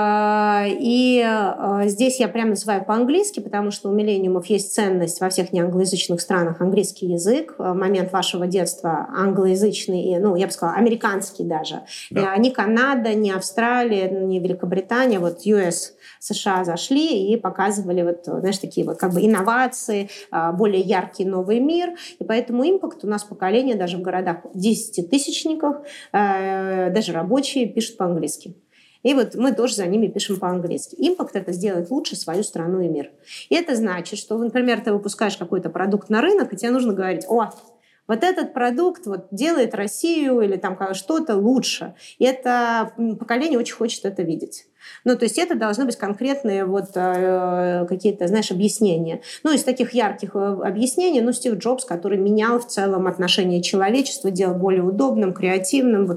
здесь я прямо называю по-английски, потому что у миллениумов есть ценность во всех неанглоязычных странах английский язык. В момент вашего детства англоязычный, я бы сказала, американский даже. Да. Ни Канада, ни Австралия, ни Великобритания, вот US, США зашли и показывали такие как бы инновации, более яркий новый мир. И поэтому импакт у нас поколение даже в городах 10-тысячников, даже рабочие пишут по-английски. И вот мы тоже за ними пишем по-английски. Импакт — это сделать лучше свою страну и мир. И это значит, что, например, ты выпускаешь какой-то продукт на рынок, и тебе нужно говорить: вот этот продукт делает Россию или там что-то лучше. И это поколение очень хочет это видеть. То есть это должны быть конкретные какие-то, объяснения. Из таких ярких объяснений, Стив Джобс, который менял в целом отношение человечества, делал более удобным, креативным,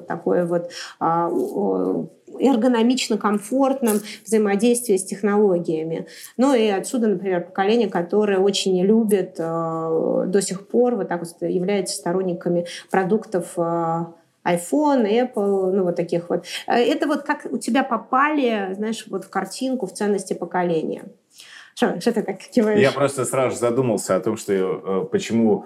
эргономично комфортным взаимодействие с технологиями. И отсюда, например, поколение, которое очень любит до сих пор является сторонниками продуктов iPhone, Apple, таких вот. Это как у тебя попали, в картинку в ценности поколения. Что ты так киваешь? Я просто сразу задумался о том, почему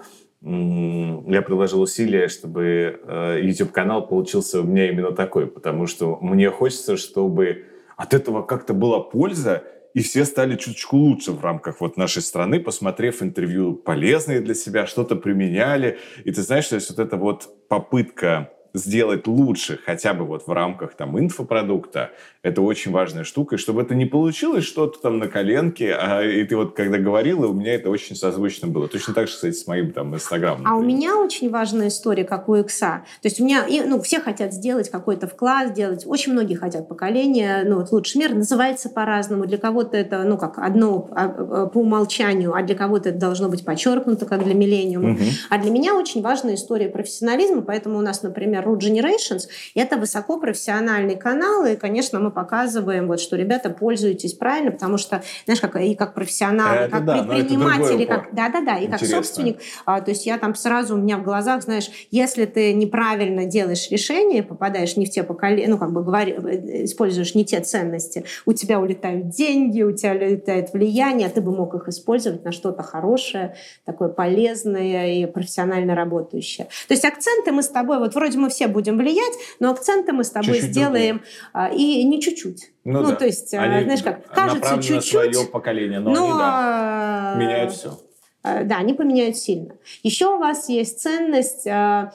я приложил усилия, чтобы YouTube-канал получился у меня именно такой, потому что мне хочется, чтобы от этого как-то была польза, и все стали чуточку лучше в рамках нашей страны, посмотрев интервью полезные для себя, что-то применяли. И ты знаешь, то есть эта попытка сделать лучше хотя бы в рамках инфопродукта, это очень важная штука. И чтобы это не получилось что-то на коленке, и ты когда говорила, у меня это очень созвучно было. Точно так же, кстати, с моим Инстаграмом. А у меня очень важная история, как у Икса. То есть у меня, все хотят сделать какой-то вклад, сделать, очень многие хотят поколение, лучший мир, называется по-разному. Для кого-то это, как одно по умолчанию, а для кого-то это должно быть подчеркнуто, как для миллениума. А для меня очень важная история профессионализма, поэтому у нас, например, Root Generations — это высокопрофессиональный канал, и, конечно, мы показываем, что, ребята, пользуйтесь правильно, потому что, как профессионал, как предприниматель, и как собственник, то есть я сразу, у меня в глазах, если ты неправильно делаешь решение, попадаешь не в те поколения, используешь не те ценности, у тебя улетают деньги, у тебя улетает влияние, а ты бы мог их использовать на что-то хорошее, такое полезное и профессионально работающее. То есть акценты мы с тобой, вроде мы все будем влиять, но акценты мы с тобой чуть-чуть сделаем, и не чуть-чуть. То есть, кажется, чуть-чуть. На свое поколение, но они меняют все. Да, они поменяют сильно. Еще у вас есть ценность,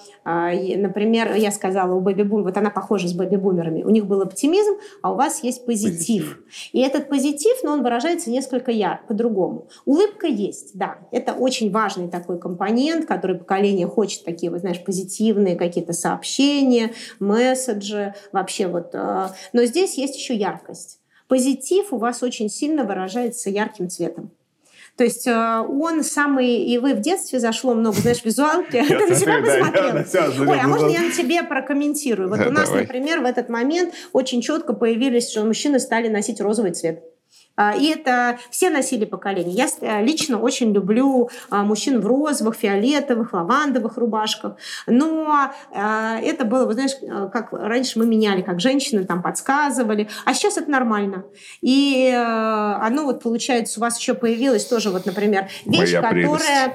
например, я сказала, у бэби-бумеров, она похожа с бэби-бумерами, у них был оптимизм, а у вас есть позитив. И этот позитив, он выражается несколько по-другому. Улыбка есть, да, это очень важный такой компонент, который поколение хочет, такие, позитивные какие-то сообщения, месседжи, вообще но здесь есть еще яркость. Позитив у вас очень сильно выражается ярким цветом. То есть он самый... И вы в детстве зашло много, визуалки. Ты на себя посмотрел. Ой, а можно я на тебе прокомментирую? У нас, например, в этот момент очень четко появились, что мужчины стали носить розовый цвет. И это все носили поколение. Я лично очень люблю мужчин в розовых, фиолетовых, лавандовых рубашках. Но это было, как раньше мы меняли, как женщины подсказывали. А сейчас это нормально. И оно получается, у вас еще появилась тоже, например, вещь, которая,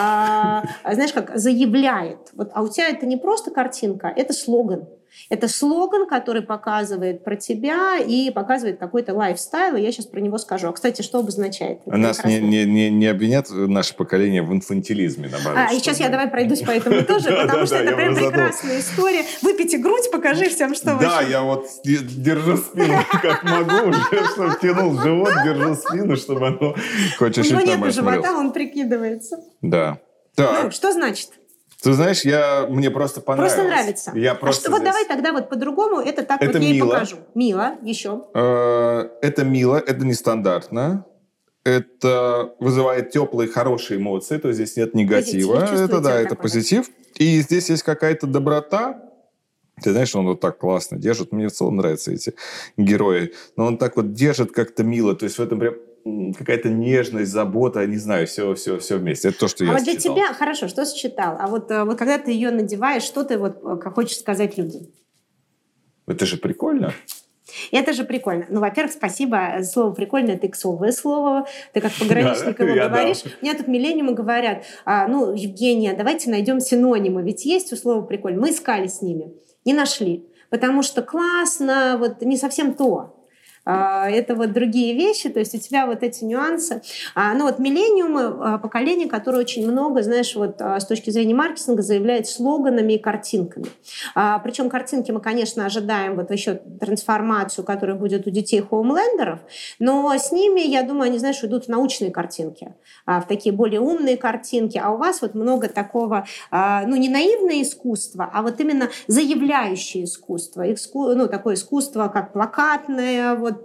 как заявляет. А у тебя это не просто картинка, это слоган. Это слоган, который показывает про тебя и показывает какой-то лайфстайл, и я сейчас про него скажу. А, кстати, что обозначает? Нас не обвинят наше поколение в инфантилизме, наоборот. И сейчас я давай пройдусь по этому тоже, потому что это прям прекрасная история. Выпейте грудь, покажи всем, что вы... Да, я держу спину как могу, чтобы тянул живот, держу спину, чтобы оно хоть чуть-чуть нормально смотрелось. У него нет живота, он прикидывается. Да. Что значит? Ты знаешь, мне просто понравилось. Просто нравится. Давай тогда по-другому это так это я мило. И покажу. Мило, еще. Это мило, это нестандартно. Это вызывает теплые, хорошие эмоции, то есть здесь нет негатива. Это позитив. И здесь есть какая-то доброта. Ты знаешь, он так классно держит. Мне в целом нравятся эти герои. Но он так держит как-то мило. То есть в этом прям какая-то нежность, забота, не знаю, все вместе. Это то, что я считал. Для тебя, хорошо, что считал? А вот когда ты ее надеваешь, что ты хочешь сказать людям? Это же прикольно. Это же прикольно. Ну, во-первых, спасибо. Слово «прикольно» — это иксовое слово. Ты как пограничник его говоришь. У меня тут миллениумы говорят, Евгения, давайте найдем синонимы. Ведь есть у слова «прикольно». Мы искали с ними, не нашли. Потому что классно, вот не совсем то. Это вот другие вещи, то есть у тебя вот эти нюансы. Ну вот миллениумы, поколение, которое очень много, знаешь, вот с точки зрения маркетинга заявляет слоганами и картинками. Причем картинки мы, конечно, ожидаем вот еще трансформацию, которая будет у детей хоумлендеров, но с ними, я думаю, они, знаешь, уйдут в научные картинки, в такие более умные картинки, а у вас вот много такого, ну не наивное искусство, а вот именно заявляющее искусство, ну такое искусство, как плакатное, вот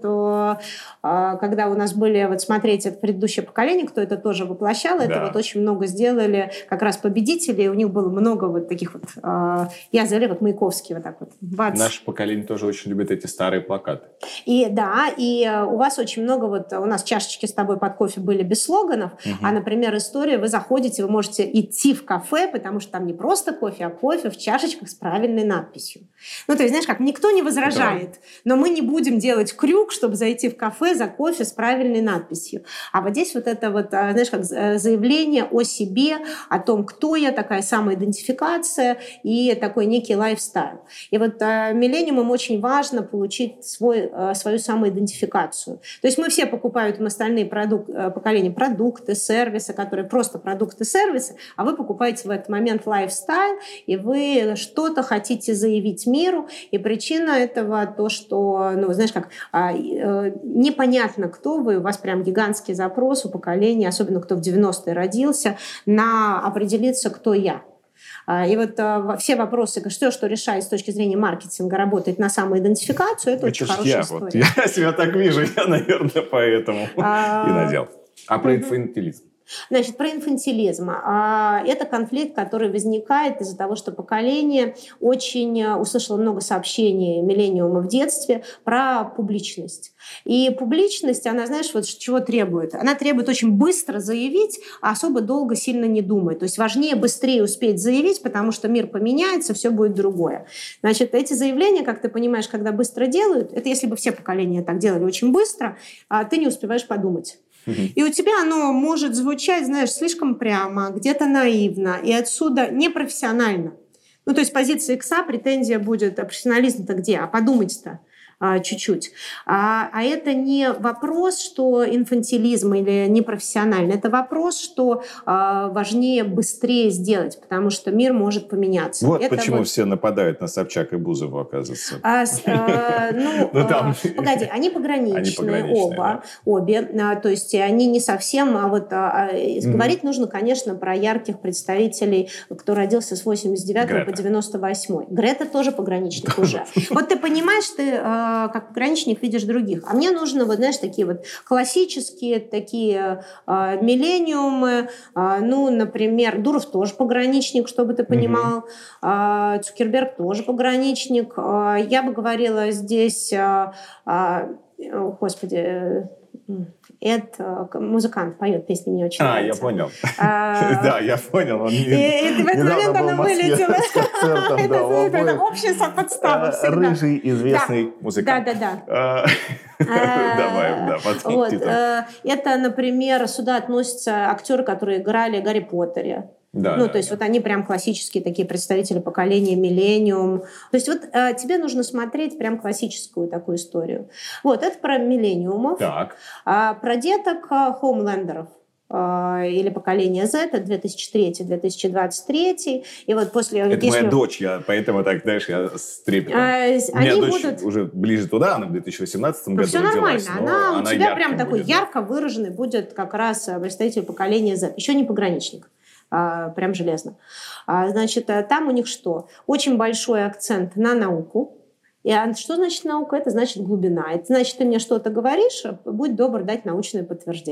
когда у нас были, вот смотреть это предыдущее поколение, кто это тоже воплощал, это вот очень много сделали как раз победителей, у них было много вот таких вот, я заявляю, вот Маяковский вот так вот. Бац. Наше поколение тоже очень любит эти старые плакаты. И да, и у вас очень много, вот у нас чашечки с тобой под кофе были без слоганов, а, например, история, вы заходите, вы можете идти в кафе, потому что там не просто кофе, а кофе в чашечках с правильной надписью. Ну, то есть, знаешь, как никто не возражает, но мы не будем делать крюк, чтобы зайти в кафе за кофе с правильной надписью. А вот здесь вот это вот, знаешь, как заявление о себе, о том, кто я, такая самоидентификация и такой некий лайфстайл. И вот миллениумам очень важно получить свою самоидентификацию. То есть мы все покупают им остальные поколения продукты, сервисы, которые просто продукты, сервисы, а вы покупаете в этот момент лайфстайл, и вы что-то хотите заявить миру, и причина этого то, что, ну, знаешь, как непонятно, кто вы, у вас прям гигантский запрос у поколения, особенно кто в 90-е родился, на определиться, кто я. И вот все вопросы, что решает с точки зрения маркетинга, работает на самоидентификацию, это очень хорошая история. Вот, я себя так вижу, я, наверное, поэтому и надел. А про инфантилизм? Значит, про инфантилизм. Это конфликт, который возникает из-за того, что поколение очень услышало много сообщений миллениума в детстве про публичность. И публичность, она, знаешь, вот чего требует? Она требует очень быстро заявить, а особо долго сильно не думать. То есть важнее быстрее успеть заявить, потому что мир поменяется, все будет другое. Значит, эти заявления, как ты понимаешь, когда быстро делают, это если бы все поколения так делали очень быстро, ты не успеваешь подумать. И у тебя оно может звучать, знаешь, слишком прямо, где-то наивно, и отсюда непрофессионально. Ну, то есть позиция икса, претензия будет, а профессионализм-то где? А подумать-то чуть-чуть. А это не вопрос, что инфантилизм или непрофессионально. Это вопрос, что важнее быстрее сделать, потому что мир может поменяться. Вот это почему вот... все нападают на Собчак и Бузову, оказывается. Погоди, они пограничные обе. То есть они не совсем... Говорить нужно, конечно, про ярких представителей, кто родился с 89 по 98. Грета тоже пограничник уже. Вот ты понимаешь, ты как пограничник видишь других. А мне нужно, вот знаешь, такие вот классические, такие миллениумы. Ну, например, Дуров тоже пограничник, чтобы ты понимал. Цукерберг тоже пограничник. Я бы говорила здесь... Эд, музыкант, поет песни, мне очень нравится. Я понял. Да, я понял. И в этот момент она вылетела. Это общая подстава всегда. Рыжий, известный музыкант. Да. Давай, подскажите. Это, например, сюда относятся актеры, которые играли в «Гарри Поттере». То есть вот они прям классические такие представители поколения миллениум. То есть вот тебе нужно смотреть прям классическую такую историю. Вот, это про миллениумов. Так. Про деток хоумлендеров. Или поколение Z, это 2003-2023. И вот после... Это моя дочь, поэтому так, знаешь, я с трепетом. У меня дочь уже ближе туда, она в 2018 году все родилась. Нормально, она у тебя прям такой ярко выраженный будет как раз представитель поколения Z. Еще не пограничник. Прям железно. Значит, там у них что? Очень большой акцент на науку. И что значит наука? Это значит глубина. Это значит, ты мне что-то говоришь, будь добр дать научное подтверждение.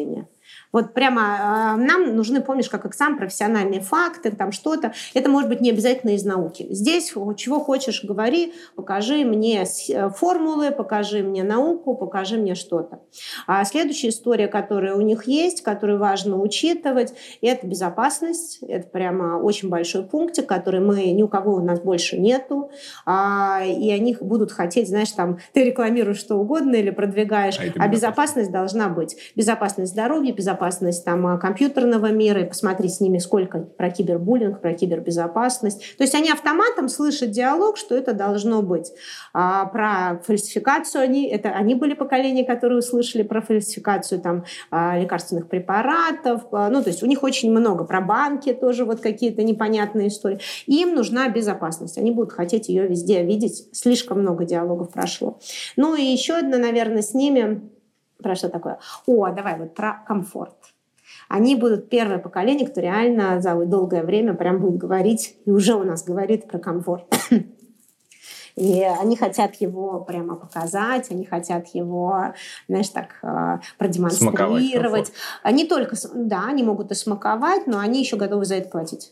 Вот прямо нам нужны, помнишь, как экзамен, профессиональные факты, там что-то. Это может быть не обязательно из науки. Здесь чего хочешь, говори, покажи мне формулы, покажи мне науку, покажи мне что-то. А следующая история, которая у них есть, которую важно учитывать, это безопасность. Это прямо очень большой пунктик, который ни у кого у нас больше нету. И они будут хотеть, знаешь, там ты рекламируешь что угодно или продвигаешь, а безопасность должна быть. Безопасность здоровья, безопасность там, компьютерного мира, и посмотри с ними, сколько про кибербуллинг, про кибербезопасность. То есть они автоматом слышат диалог, что это должно быть. Про фальсификацию они были поколения, которые услышали про фальсификацию там, лекарственных препаратов. То есть у них очень много. Про банки тоже вот какие-то непонятные истории. Им нужна безопасность. Они будут хотеть ее везде видеть. Слишком много диалогов прошло. Ну и еще одно, наверное, с ними... Про что такое? Давай вот про комфорт. Они будут первое поколение, кто реально за долгое время прям будет говорить, и уже у нас говорит про комфорт. И они хотят его прямо показать, они хотят его, знаешь, так продемонстрировать. Они только, они могут и смаковать, но они еще готовы за это платить.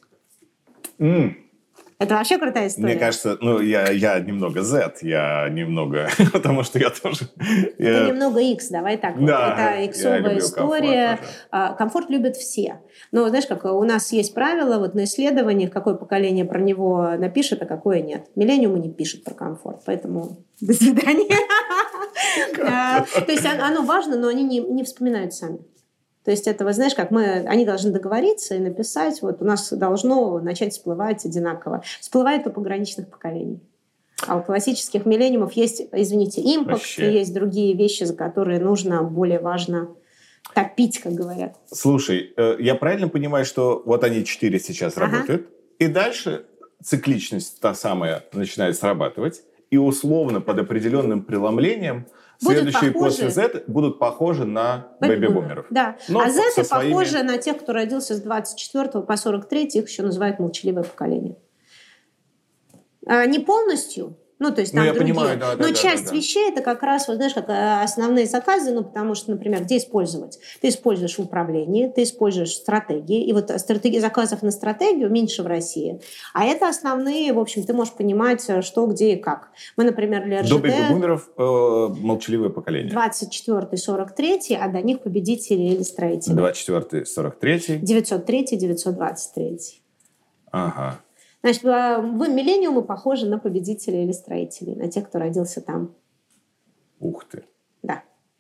Это вообще крутая история. Мне кажется, я немного Z, потому что я тоже... Ты немного X, давай так. Да, это иксовая история. Комфорт любят все. Но знаешь, как у нас есть правило, вот на исследованиях, какое поколение про него напишет, а какое нет. Миллениумы не пишут про комфорт, поэтому до свидания. То есть оно важно, но они не вспоминают сами. То есть это, знаешь, как они должны договориться и написать, вот у нас должно начать всплывать одинаково. Всплывает у пограничных поколений. А у классических миллениумов есть, извините, импакт, и есть другие вещи, за которые нужно более важно топить, как говорят. Слушай, я правильно понимаю, что вот они 4 сейчас работают, и дальше цикличность та самая начинает срабатывать, и условно под определенным преломлением следующие после Z будут похожи на бэби-бумеров. Да. А Z похожи на тех, кто родился с 24 по 43, их еще называют молчаливое поколение. Не полностью, то есть там другие. Понимаю, но часть вещей это как раз, вот знаешь, как основные заказы, потому что, например, где использовать? Ты используешь в управлении, ты используешь стратегии, и вот стратегии заказов на стратегию меньше в России. А это основные, в общем, ты можешь понимать, что, где и как. Мы, например, для РЖД... До бэби-бумеров молчаливое поколение. 24-й, 43-й, а до них победители или строители. 24-й, 43-й. 903-й, 923-й. Ага. Значит, вы миллениумы похожи на победителей или строителей, на тех, кто родился там. Ух ты. Да.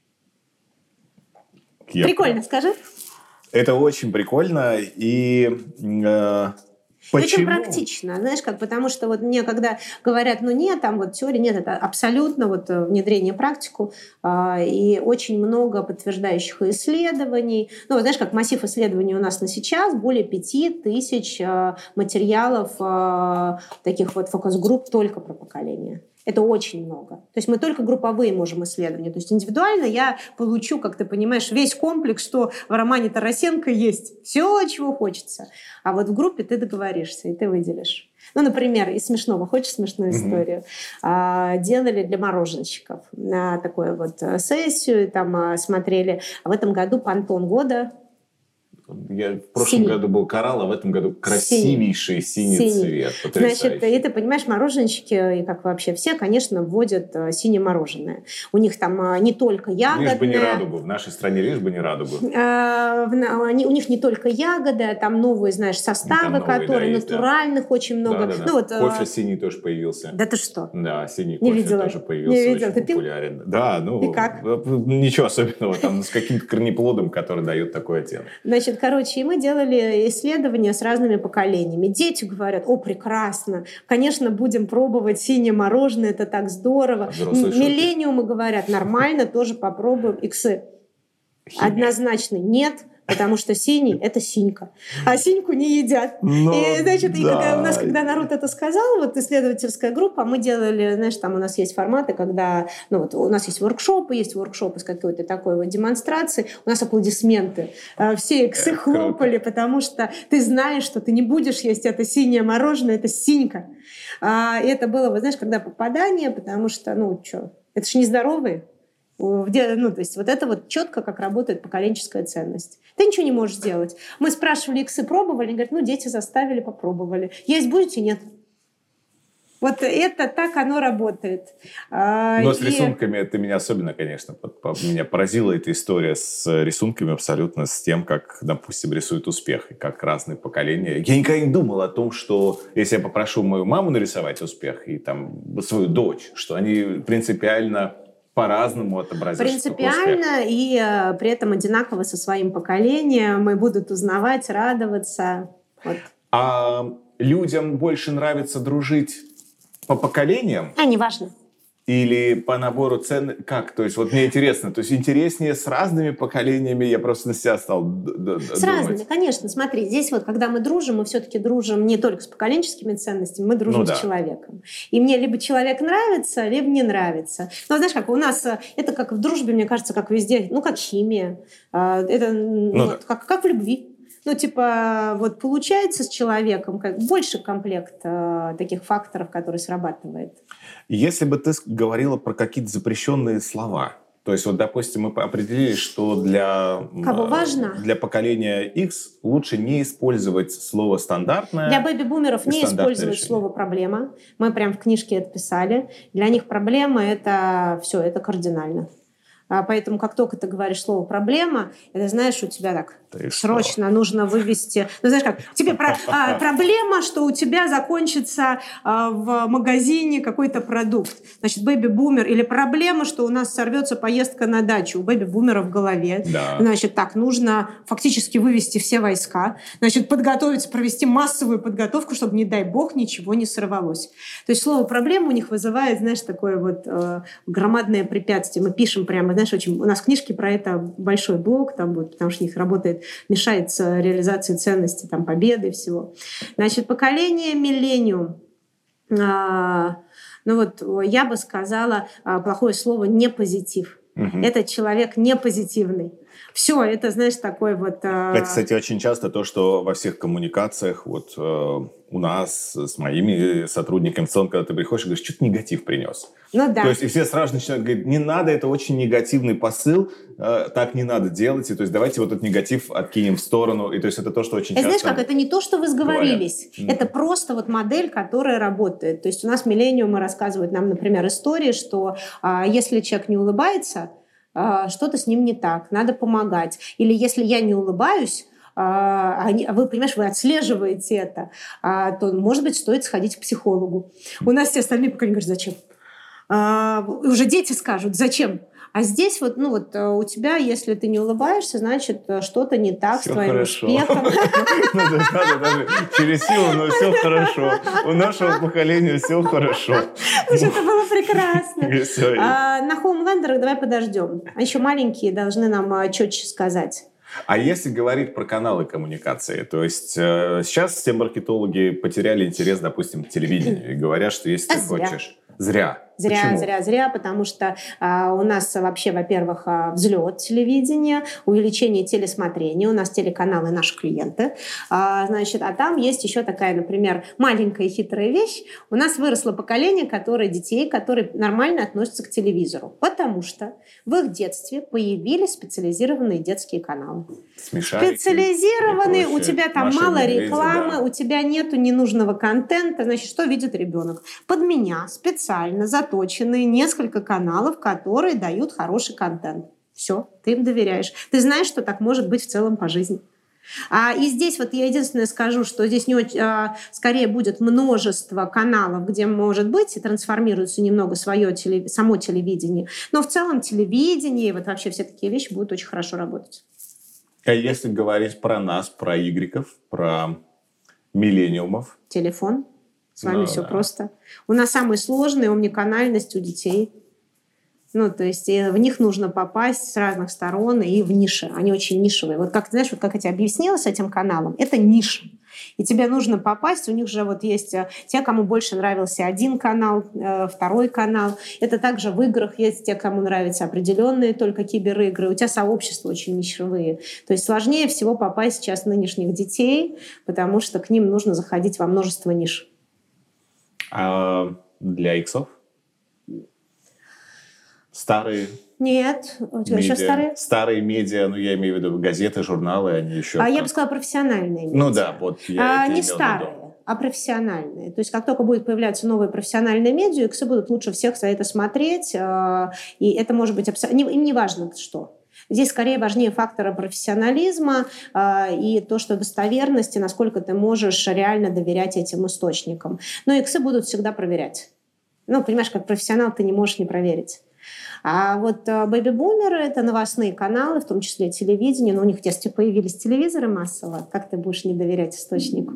Прикольно, скажи. Это очень прикольно. И почему? Очень практично, знаешь, потому что вот мне когда говорят, нет, там вот теория, нет, это абсолютно вот внедрение в практику, и очень много подтверждающих исследований. Знаешь, как массив исследований у нас на сейчас, более 5000 материалов, таких вот фокус-групп только про поколение. Это очень много. То есть мы только групповые можем исследования. То есть индивидуально я получу, как ты понимаешь, весь комплекс, что в романе Тарасенко есть. Все, чего хочется. А вот в группе ты договоришься, и ты выделишь. Например, из смешного. Хочешь смешную историю? Делали для мороженщиков такую вот сессию. Там смотрели. В этом году Пантон года. В прошлом году был коралл, а в этом году красивейший синий цвет. Значит, и ты понимаешь, мороженщики, и как вообще все, конечно, вводят синее мороженое. У них там не только ягодное... Лишь бы не радугу. В нашей стране лишь бы не радугу. У них не только ягода, там новые, знаешь, составы, которые натуральных очень много. Кофе синий тоже появился. Да ты что? Да, синий кофе тоже появился. Не видела. Очень популярен. Да, и как? Ничего особенного. Там с каким-то корнеплодом, который дает такой оттенок. Значит, и мы делали исследования с разными поколениями. Дети говорят, прекрасно, конечно, будем пробовать синее мороженое, это так здорово. Миллениумы говорят, нормально, тоже попробуем. Иксы. Однозначно нет, потому что синий – это синька. А синьку не едят. И, значит, когда народ это сказал, вот исследовательская группа, мы делали, знаешь, там у нас есть форматы, когда, у нас есть воркшопы с какой-то такой вот демонстрацией, у нас аплодисменты. Все иксы хлопали, потому что ты знаешь, что ты не будешь есть это синее мороженое, это синька. И это было, знаешь, когда попадание, потому что, это же нездоровые. Ну, то есть вот это вот четко, как работает поколенческая ценность. Ты ничего не можешь сделать. Мы спрашивали, иксы пробовали, они говорят, дети заставили, попробовали. Есть будете? Нет. Вот это так оно работает. Но с рисунками это меня особенно, конечно, меня поразила эта история с рисунками абсолютно, с тем, как, допустим, рисуют успех, и как разные поколения. Я никогда не думал о том, что если я попрошу мою маму нарисовать успех и там свою дочь, что они принципиально по-разному отобразят. Принципиально и при этом одинаково со своим поколением и будут узнавать, радоваться. Вот. А людям больше нравится дружить по поколениям? Неважно. Или по набору цен? Как? То есть вот мне интересно. То есть интереснее с разными поколениями? Я просто на себя стал думать. С разными, конечно. Смотри, здесь вот, когда мы дружим, мы все-таки дружим не только с поколенческими ценностями, мы дружим с человеком. И мне либо человек нравится, либо не нравится. Но знаешь, как у нас, это как в дружбе, мне кажется, как везде, как химия. Это как в любви. Вот получается с человеком больше комплект таких факторов, которые срабатывает. Если бы ты говорила про какие-то запрещенные слова, то есть вот, допустим, мы определили, что для поколения X лучше не использовать слово «стандартное». Для бэби-бумеров не использовать слово «проблема». Мы прям в книжке это писали. Для них проблема – это все, это кардинально. Поэтому, как только ты говоришь слово «проблема», это, знаешь, у тебя так срочно нужно вывести... знаешь как, тебе проблема, что у тебя закончится в магазине какой-то продукт. Значит, бэби-бумер. Или проблема, что у нас сорвется поездка на дачу. У бэби-бумера в голове. Да. Значит, так, нужно фактически вывести все войска. Значит, подготовиться, провести массовую подготовку, чтобы, не дай бог, ничего не сорвалось. То есть слово «проблема» у них вызывает, знаешь, такое вот громадное препятствие. Мы пишем прямо, знаешь, у нас книжки про это большой блок там будет, потому что у них работает, мешается реализации ценностей, там, победы и всего. Значит, поколение миллениум. Я бы сказала плохое слово «непозитив». Угу. Это человек непозитивный. Все, это, знаешь, такой вот... Это, кстати, очень часто то, что во всех коммуникациях, вот у нас с моими сотрудниками, в целом, когда ты приходишь и говоришь, что-то негатив принес. Ну да. То есть и все сразу начинают говорить, не надо, это очень негативный посыл, так не надо делать, и то есть давайте вот этот негатив откинем в сторону, и то есть это то, что очень часто... Знаешь как, это не то, что вы сговорились, это просто вот модель, которая работает. То есть у нас миллениумы рассказывают нам, например, истории, что если человек не улыбается, что-то с ним не так, надо помогать. Или если я не улыбаюсь, вы, понимаешь, вы отслеживаете это, то, может быть, стоит сходить к психологу. У нас все остальные поколения говорят, зачем? Уже дети скажут, зачем? А здесь вот, у тебя, если ты не улыбаешься, значит, что-то не так все с твоим успехом. Надо даже через силу, но все хорошо. У нашего поколения все хорошо. Это было прекрасно. На хоумлендерах давай подождем. А еще маленькие должны нам четче сказать. А если говорить про каналы коммуникации, то есть сейчас все маркетологи потеряли интерес, допустим, к телевидению и говорят, что если ты хочешь... Зря. Зря, потому что у нас вообще, во-первых, взлет телевидения, увеличение телесмотрения, у нас телеканалы наши клиенты, а там есть еще такая, например, маленькая хитрая вещь. У нас выросло поколение детей, которые нормально относятся к телевизору, потому что в их детстве появились специализированные детские каналы. Смешарики, специализированные, у тебя там Маша мало Медведя, рекламы, да. У тебя нету ненужного контента, значит, что видит ребенок? Под меня специально заточенные несколько каналов, которые дают хороший контент. Все, ты им доверяешь. Ты знаешь, что так может быть в целом по жизни. И здесь вот я единственное скажу, что здесь скорее будет множество каналов, где, может быть, и трансформируется немного само телевидение. Но в целом телевидение и вот вообще все такие вещи будут очень хорошо работать. А если говорить про нас, про игреков, про миллениумов? Телефон. С вами все просто. У нас самая сложная омниканальность у детей. То есть в них нужно попасть с разных сторон и в ниши. Они очень нишевые. Вот как, знаешь, как я тебе объяснила с этим каналом, это ниша. И тебе нужно попасть. У них же вот есть те, кому больше нравился один канал, второй канал. Это также в играх есть те, кому нравятся определенные только киберигры. У тебя сообщества очень нишевые. То есть сложнее всего попасть сейчас в нынешних детей, потому что к ним нужно заходить во множество ниш. А для иксов? Старые Нет. У тебя еще старые? Старые медиа, я имею в виду газеты, журналы, они еще... Я бы сказала, профессиональные медиа. Ну да, вот я не старые, а профессиональные. То есть как только будут появляться новые профессиональные медиа, иксы будут лучше всех за это смотреть, и это может быть абсолютно... Им не важно, что. Здесь скорее важнее фактора профессионализма и то, что достоверность, и насколько ты можешь реально доверять этим источникам. Но иксы будут всегда проверять. Понимаешь, как профессионал ты не можешь не проверить. А вот бэби-бумеры – это новостные каналы, в том числе телевидение. Но у них в детстве появились телевизоры массово. Как ты будешь не доверять источнику?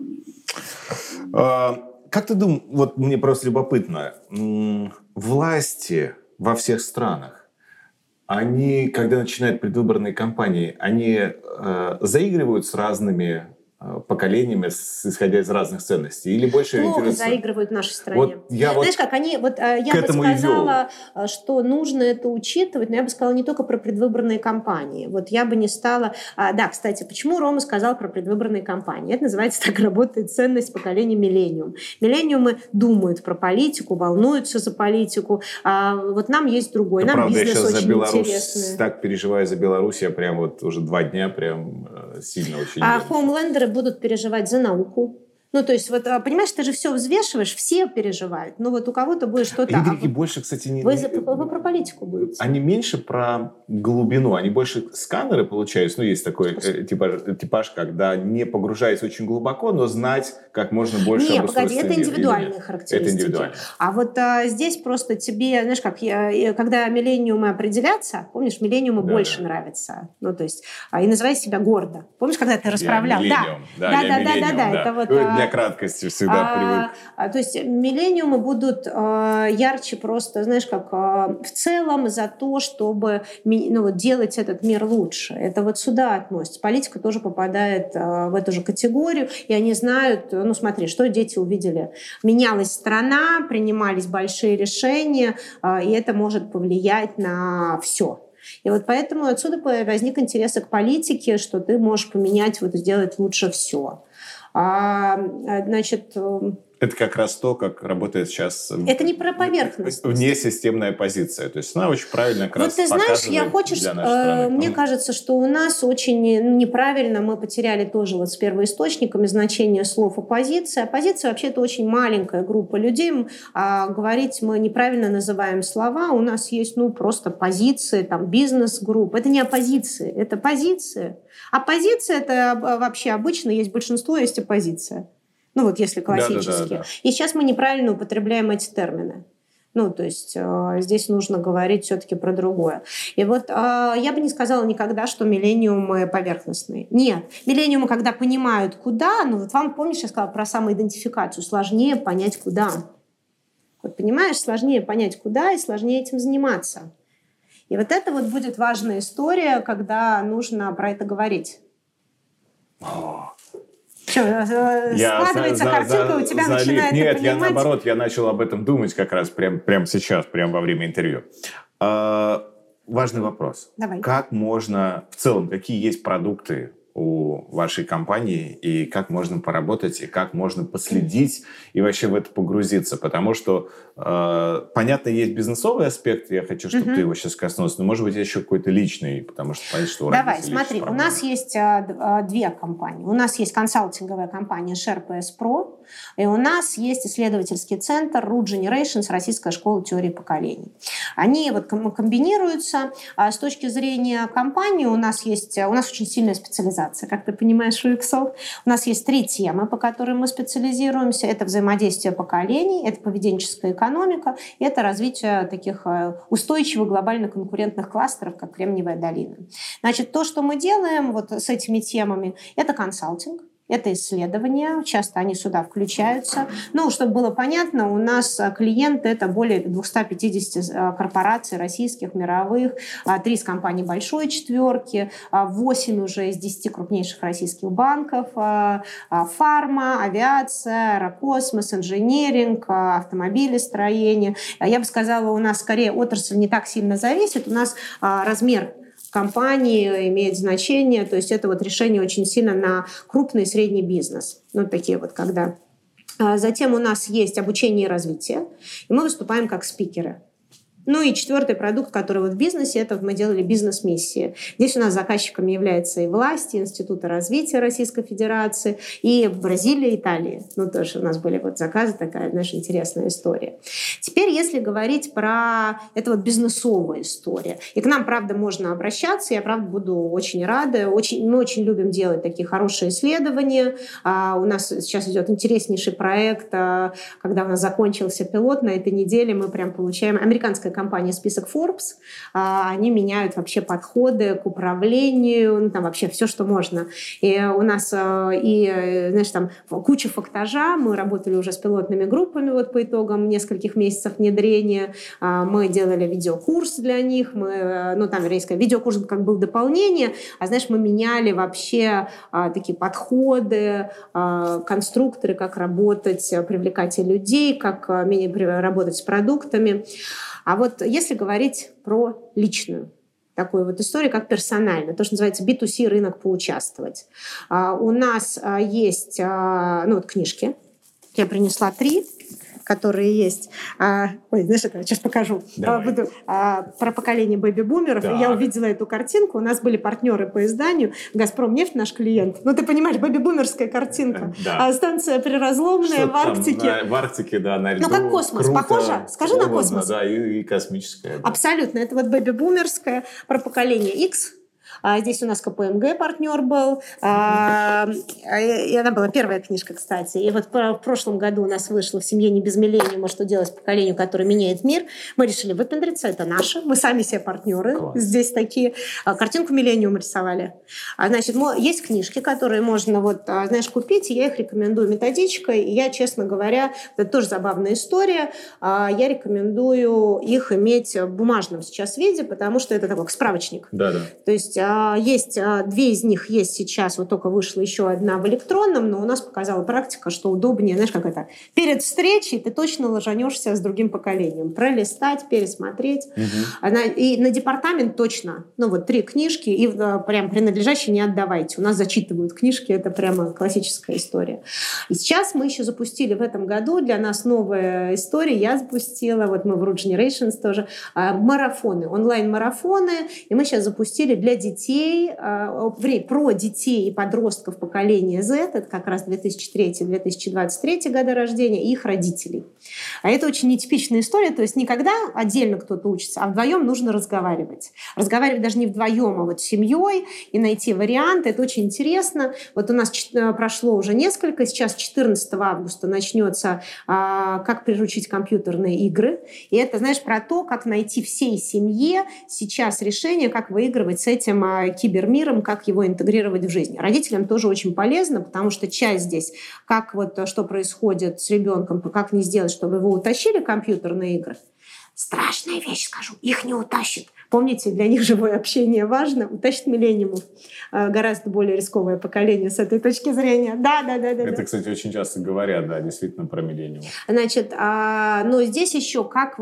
Как ты думаешь, вот мне просто любопытно, власти во всех странах, они, когда начинают предвыборные кампании, они заигрывают с разными поколениями, исходя из разных ценностей? Или больше плохо заигрывают в нашей стране. Знаешь, как они... я бы сказала, что нужно это учитывать, но я бы сказала не только про предвыборные кампании. Я бы не стала... Да, кстати, почему Рома сказал про предвыборные кампании? Это называется, так работает ценность поколения миллениум. Миллениумы думают про политику, волнуются за политику. Нам есть другой. Нам правда, бизнес я сейчас очень за Беларусь интересный. Так переживаю за Беларусь, я прям уже 2 дня прям сильно очень... Хоумлендеры будут переживать за науку. Понимаешь, ты же все взвешиваешь, все переживают. Но у кого-то будет что-то... Игреки больше, кстати, не... Вы про политику будете. Они меньше про глубину, они больше сканеры получаются. Есть такой типаж, когда не погружаясь очень глубоко, но знать как можно больше об устройстве мира. Это индивидуальные характеристики. Это индивидуально. Здесь просто тебе, знаешь, когда миллениумы определятся, помнишь, миллениумы больше нравятся. И называй себя гордо. Помнишь, когда ты расправлял? Да. Для краткости всегда привык. То есть миллениумы будут ярче просто, знаешь, в целом за то, чтобы делать этот мир лучше. Это сюда относится. Политика тоже попадает в эту же категорию, и они знают, смотри, что дети увидели. Менялась страна, принимались большие решения, и это может повлиять на все. И поэтому отсюда возник интерес к политике, что ты можешь поменять, сделать лучше все. Это как раз то, как работает сейчас... Это не про поверхность. Внесистемная позиция. То есть она очень правильно как раз показывает для нашей страны. Мне кажется, что у нас очень неправильно мы потеряли тоже с первоисточниками значение слов оппозиция. Оппозиция вообще это очень маленькая группа людей. Говорить мы неправильно называем слова. У нас есть просто позиции, бизнес-групп. Это не оппозиция, это позиция. Оппозиция это вообще обычно есть большинство, есть оппозиция. Если классически. Да. И сейчас мы неправильно употребляем эти термины. Здесь нужно говорить все-таки про другое. И я бы не сказала никогда, что миллениумы поверхностные. Нет. Миллениумы, когда понимают, куда, вам, помнишь, я сказала про самоидентификацию, сложнее понять, куда. Понимаешь, сложнее понять, куда, и сложнее этим заниматься. И это будет важная история, когда нужно про это говорить. Складывается картинка, у тебя начинает Нет, понимать? я наоборот, я начал об этом думать как раз прямо сейчас, прямо во время интервью. Важный вопрос. Давай. Как можно, в целом, какие есть продукты у вашей компании, и как можно поработать, и как можно последить, и вообще в это погрузиться? Потому что, понятно, есть бизнесовый аспект, я хочу, чтобы ты его сейчас коснулся, но, может быть, еще какой-то личный, потому что понятно, что у Давай, смотри, у нас есть 2 компании. У нас есть консалтинговая компания SharePS Pro, и у нас есть исследовательский центр Root Generations, Российская школа теории поколений. Они комбинируются. С точки зрения компании у нас очень сильная специализация. Как ты понимаешь, у иксов. У нас есть 3 темы, по которым мы специализируемся. Это взаимодействие поколений, это поведенческая экономика, это развитие таких устойчивых глобально-конкурентных кластеров, как Кремниевая долина. То, что мы делаем с этими темами, это консалтинг. Это исследования, часто они сюда включаются. Чтобы было понятно, у нас клиенты – это более 250 корпораций российских, мировых, 3 из компаний большой четверки, 8 уже из 10 крупнейших российских банков, фарма, авиация, аэрокосмос, инженеринг, автомобилестроение. Я бы сказала, у нас скорее отрасль не так сильно зависит, у нас размер компании имеет значение, то есть это решение очень сильно на крупный и средний бизнес. Такие когда. Затем у нас есть обучение и развитие, и мы выступаем как спикеры. Ну и четвертый продукт, который вот в бизнесе, это вот мы делали бизнес-миссии. Здесь у нас заказчиками является и власть, и Институты развития Российской Федерации, и Бразилия, Италия. Ну тоже у нас были вот заказы, такая, знаешь, интересная история. Теперь, если говорить про... Это вот бизнесовая история. И к нам, правда, можно обращаться, я, правда, буду очень рада. Мы очень любим делать такие хорошие исследования. У нас сейчас идет интереснейший проект, когда у нас закончился пилот, на этой неделе мы прям получаем... Американская компания список Forbes, они меняют вообще подходы к управлению, ну, там вообще все, что можно. И у нас знаешь, там куча фактажа, мы работали уже с пилотными группами вот по итогам нескольких месяцев внедрения, мы делали видеокурс для них, там, вернее, видеокурс как был дополнение, а знаешь, мы меняли вообще такие подходы, конструкторы, как работать, привлекать людей, как работать с продуктами. А вот если говорить про личную такую вот историю, как персонально, то, что называется B2C рынок поучаствовать. У нас есть книжки. Я принесла 3, которые есть. Знаешь, это сейчас покажу. Буду про поколение бэби-бумеров. Да. Я увидела эту картинку. У нас были партнеры по изданию. «Газпромнефть» наш клиент. Ну, ты понимаешь, бэби-бумерская картинка. Да. Станция приразломная в Арктике. В Арктике, да, на льду. Ну, как космос. Круто. Похоже? Скажи на космос. Да, и космическая. Да. Абсолютно. Это вот бэби-бумерская про поколение X. Здесь у нас КПМГ партнер был. И она была первая книжка, кстати. И вот в прошлом году у нас вышло «В семье не без миллениума. Что делать поколению, которое меняет мир». Мы решили выпендриться. Это наше. Мы сами себе партнеры. Класс. Здесь такие. Картинку «Миллениум» рисовали. Значит, есть книжки, которые можно купить. И я их рекомендую методичкой. И я, честно говоря, это тоже забавная история. Я рекомендую их иметь в бумажном сейчас виде, потому что это такой справочник. Да. То есть есть 2 из них есть сейчас, вот только вышла еще одна в электронном, но у нас показала практика, что удобнее, знаешь, как это, перед встречей ты точно ложанешься с другим поколением, пролистать, пересмотреть. И на департамент точно, 3 книжки, и прям принадлежащие не отдавайте. У нас зачитывают книжки, это прямо классическая история. И сейчас мы еще запустили в этом году, для нас новая история, я запустила, вот мы в Root Generations тоже, марафоны, онлайн-марафоны, и мы сейчас запустили для детей, про детей и подростков поколения Z, это как раз 2003-2023 года рождения, и их родителей. А это очень нетипичная история, то есть не когда отдельно кто-то учится, а вдвоем нужно разговаривать. Разговаривать даже не вдвоем, а вот с семьей и найти варианты. Это очень интересно. Вот у нас прошло уже несколько, сейчас 14 августа начнется «Как приручить компьютерные игры». И это, знаешь, про то, как найти всей семье сейчас решение, как выигрывать с этим кибермиром, как его интегрировать в жизнь. Родителям тоже очень полезно, потому что часть здесь, как что происходит с ребенком, как не сделать, чтобы его утащили компьютерные игры. Страшная вещь, скажу, их не утащат. Помните, для них живое общение важно. Утащит миллениумов. Гораздо более рисковое поколение с этой точки зрения. Да. Это, кстати, очень часто говорят, да, действительно, про миллениумов. Значит, но здесь еще как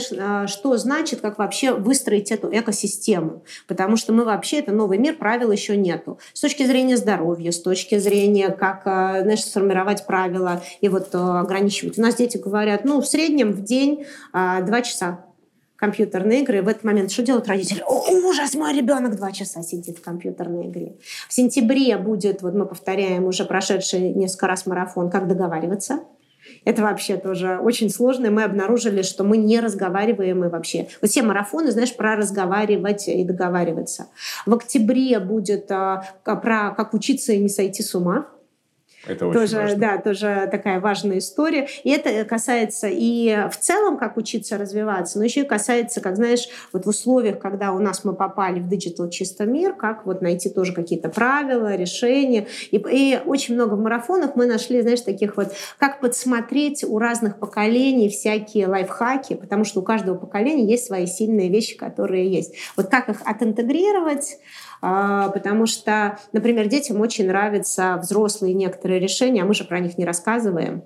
что значит, как вообще выстроить эту экосистему. Потому что мы вообще, это новый мир, правил еще нету. С точки зрения здоровья, с точки зрения, как, сформировать правила и ограничивать. У нас дети говорят, в среднем в день 2 часа. Компьютерные игры. В этот момент что делают родители? Ужас, мой ребенок 2 часа сидит в компьютерной игре. В сентябре будет, мы повторяем уже прошедший несколько раз марафон, как договариваться. Это вообще тоже очень сложно. И мы обнаружили, что мы не разговариваем и вообще. Вот все марафоны, знаешь, про разговаривать и договариваться. В октябре будет про как учиться и не сойти с ума. Это очень важно. Да, тоже такая важная история. И это касается и в целом, как учиться развиваться, но еще и касается, как знаешь, в условиях, когда у нас мы попали в диджитал чисто мир, как найти тоже какие-то правила, решения. И очень много в марафонах мы нашли, знаешь, таких как подсмотреть у разных поколений всякие лайфхаки, потому что у каждого поколения есть свои сильные вещи, которые есть. Как их отинтегрировать, потому что, например, детям очень нравятся взрослые некоторые решения, а мы же про них не рассказываем.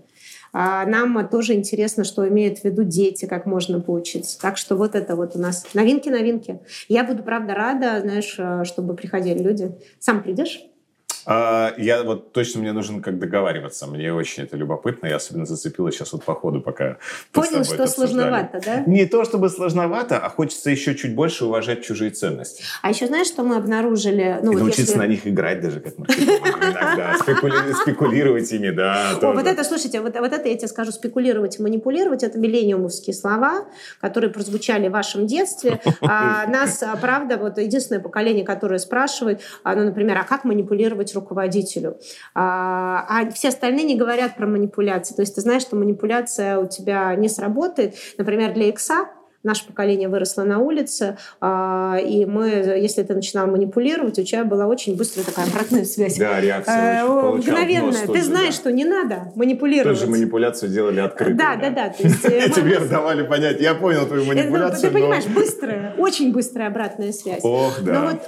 Нам тоже интересно, что имеют в виду дети, как можно поучиться. Так что это у нас новинки. Я буду, правда, рада, знаешь, чтобы приходили люди. Сам придешь? Я вот точно, мне нужно как договариваться. Мне очень это любопытно. Я особенно зацепилась сейчас вот по ходу, пока понял, что сложновато, да? Не то чтобы сложновато, а хочется еще чуть больше уважать чужие ценности. А еще знаешь, что мы обнаружили? И научиться на них играть даже, как маркетолог иногда. Спекулировать ими, да. Вот это, слушайте, вот это я тебе скажу, спекулировать и манипулировать, это миллениумовские слова, которые прозвучали в вашем детстве. Нас, правда, вот единственное поколение, которое спрашивает, например, а как манипулировать руководителю? А все остальные не говорят про манипуляции. То есть ты знаешь, что манипуляция у тебя не сработает. Например, для икса наше поколение выросло на улице, и мы, если ты начинал манипулировать, у тебя была очень быстрая такая обратная связь. Да, реакция мгновенная. Ты знаешь, что не надо манипулировать. Тоже манипуляцию делали открыто. Да. Тебе давали понять, я понял твою манипуляцию. Ты понимаешь, быстрая, очень быстрая обратная связь. Ох,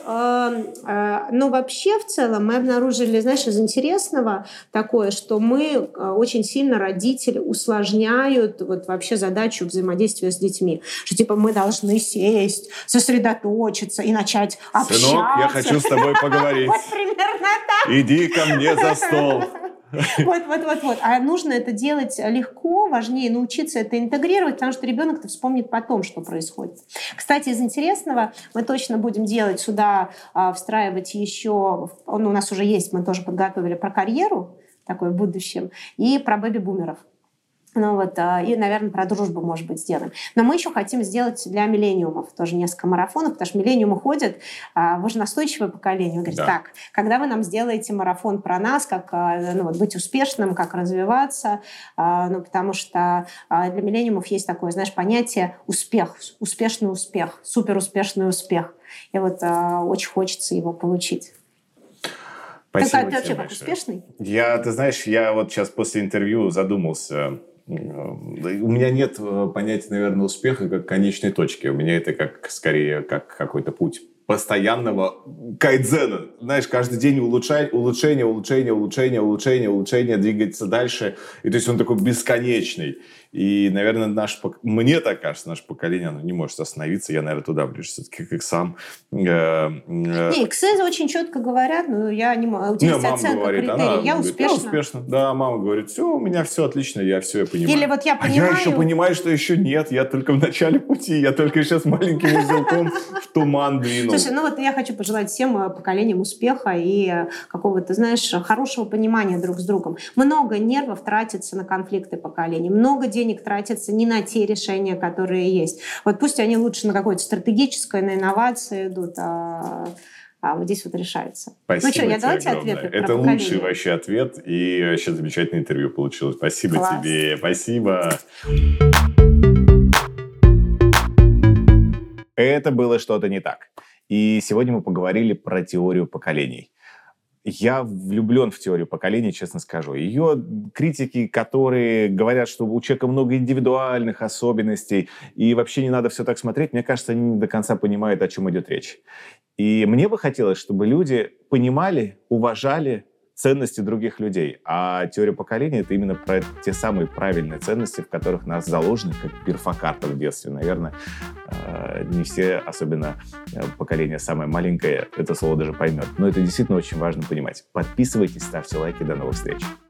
да. Но вообще в целом мы обнаружили, знаешь, из интересного такое, что мы очень сильно, родители усложняют вот вообще задачу взаимодействия с детьми. Что типа мы должны сесть, сосредоточиться и начать общаться. Сынок, я хочу с тобой поговорить. Вот примерно так. Иди ко мне за стол. Вот. А нужно это делать легко, важнее научиться это интегрировать, потому что ребенок-то вспомнит потом, что происходит. Кстати, из интересного мы точно будем делать сюда, встраивать еще, у нас уже есть, мы тоже подготовили про карьеру, такое в будущем, и про бэби-бумеров. И, наверное, про дружбу, может быть, сделаем. Но мы еще хотим сделать для миллениумов тоже несколько марафонов, потому что миллениумы ходят, вы же настойчивое поколение. Вы говорите, так, когда вы нам сделаете марафон про нас, как быть успешным, как развиваться, потому что для миллениумов есть такое, знаешь, понятие успех, успешный успех, суперуспешный успех. И очень хочется его получить. Спасибо ты вообще как успешный? Ты знаешь, я вот сейчас после интервью задумался. У меня нет понятия, наверное, успеха как конечной точки. У меня это скорее как какой-то путь постоянного кайдзена. Знаешь, каждый день улучшение, двигаться дальше. И то есть он такой бесконечный. И, наверное, мне так кажется, наше поколение, оно не может остановиться. Я, наверное, туда ближе все-таки как сам. Не, иксы очень четко говорят, но я не могу. У тебя есть оценка, критерий. Я успешна. Да, мама говорит, все, у меня все отлично, я понимаю. Или я понимаю... А я еще понимаю, что еще нет. Я только в начале пути. Я только сейчас маленьким узелком в туман двинул. Слушай, я хочу пожелать всем поколениям успеха и какого-то, знаешь, хорошего понимания друг с другом. Много нервов тратится на конфликты поколений. Много денег тратится не на те решения, которые есть. Пусть они лучше на какое-то стратегическое, на инновации идут, а вот здесь решается. Спасибо я дала тебе ответы про Это поколение. лучший вообще ответ, и вообще замечательное интервью получилось. Спасибо тебе. Спасибо. Это было «Что-то не так». И сегодня мы поговорили про теорию поколений. Я влюблен в теорию поколений, честно скажу. Ее критики, которые говорят, что у человека много индивидуальных особенностей, и вообще не надо все так смотреть, мне кажется, они не до конца понимают, о чем идет речь. И мне бы хотелось, чтобы люди понимали, уважали ценности других людей. А теория поколений — это именно про те самые правильные ценности, в которых нас заложены, как перфокарта в детстве. Наверное, не все, особенно поколение самое маленькое, это слово даже поймет. Но это действительно очень важно понимать. Подписывайтесь, ставьте лайки. До новых встреч.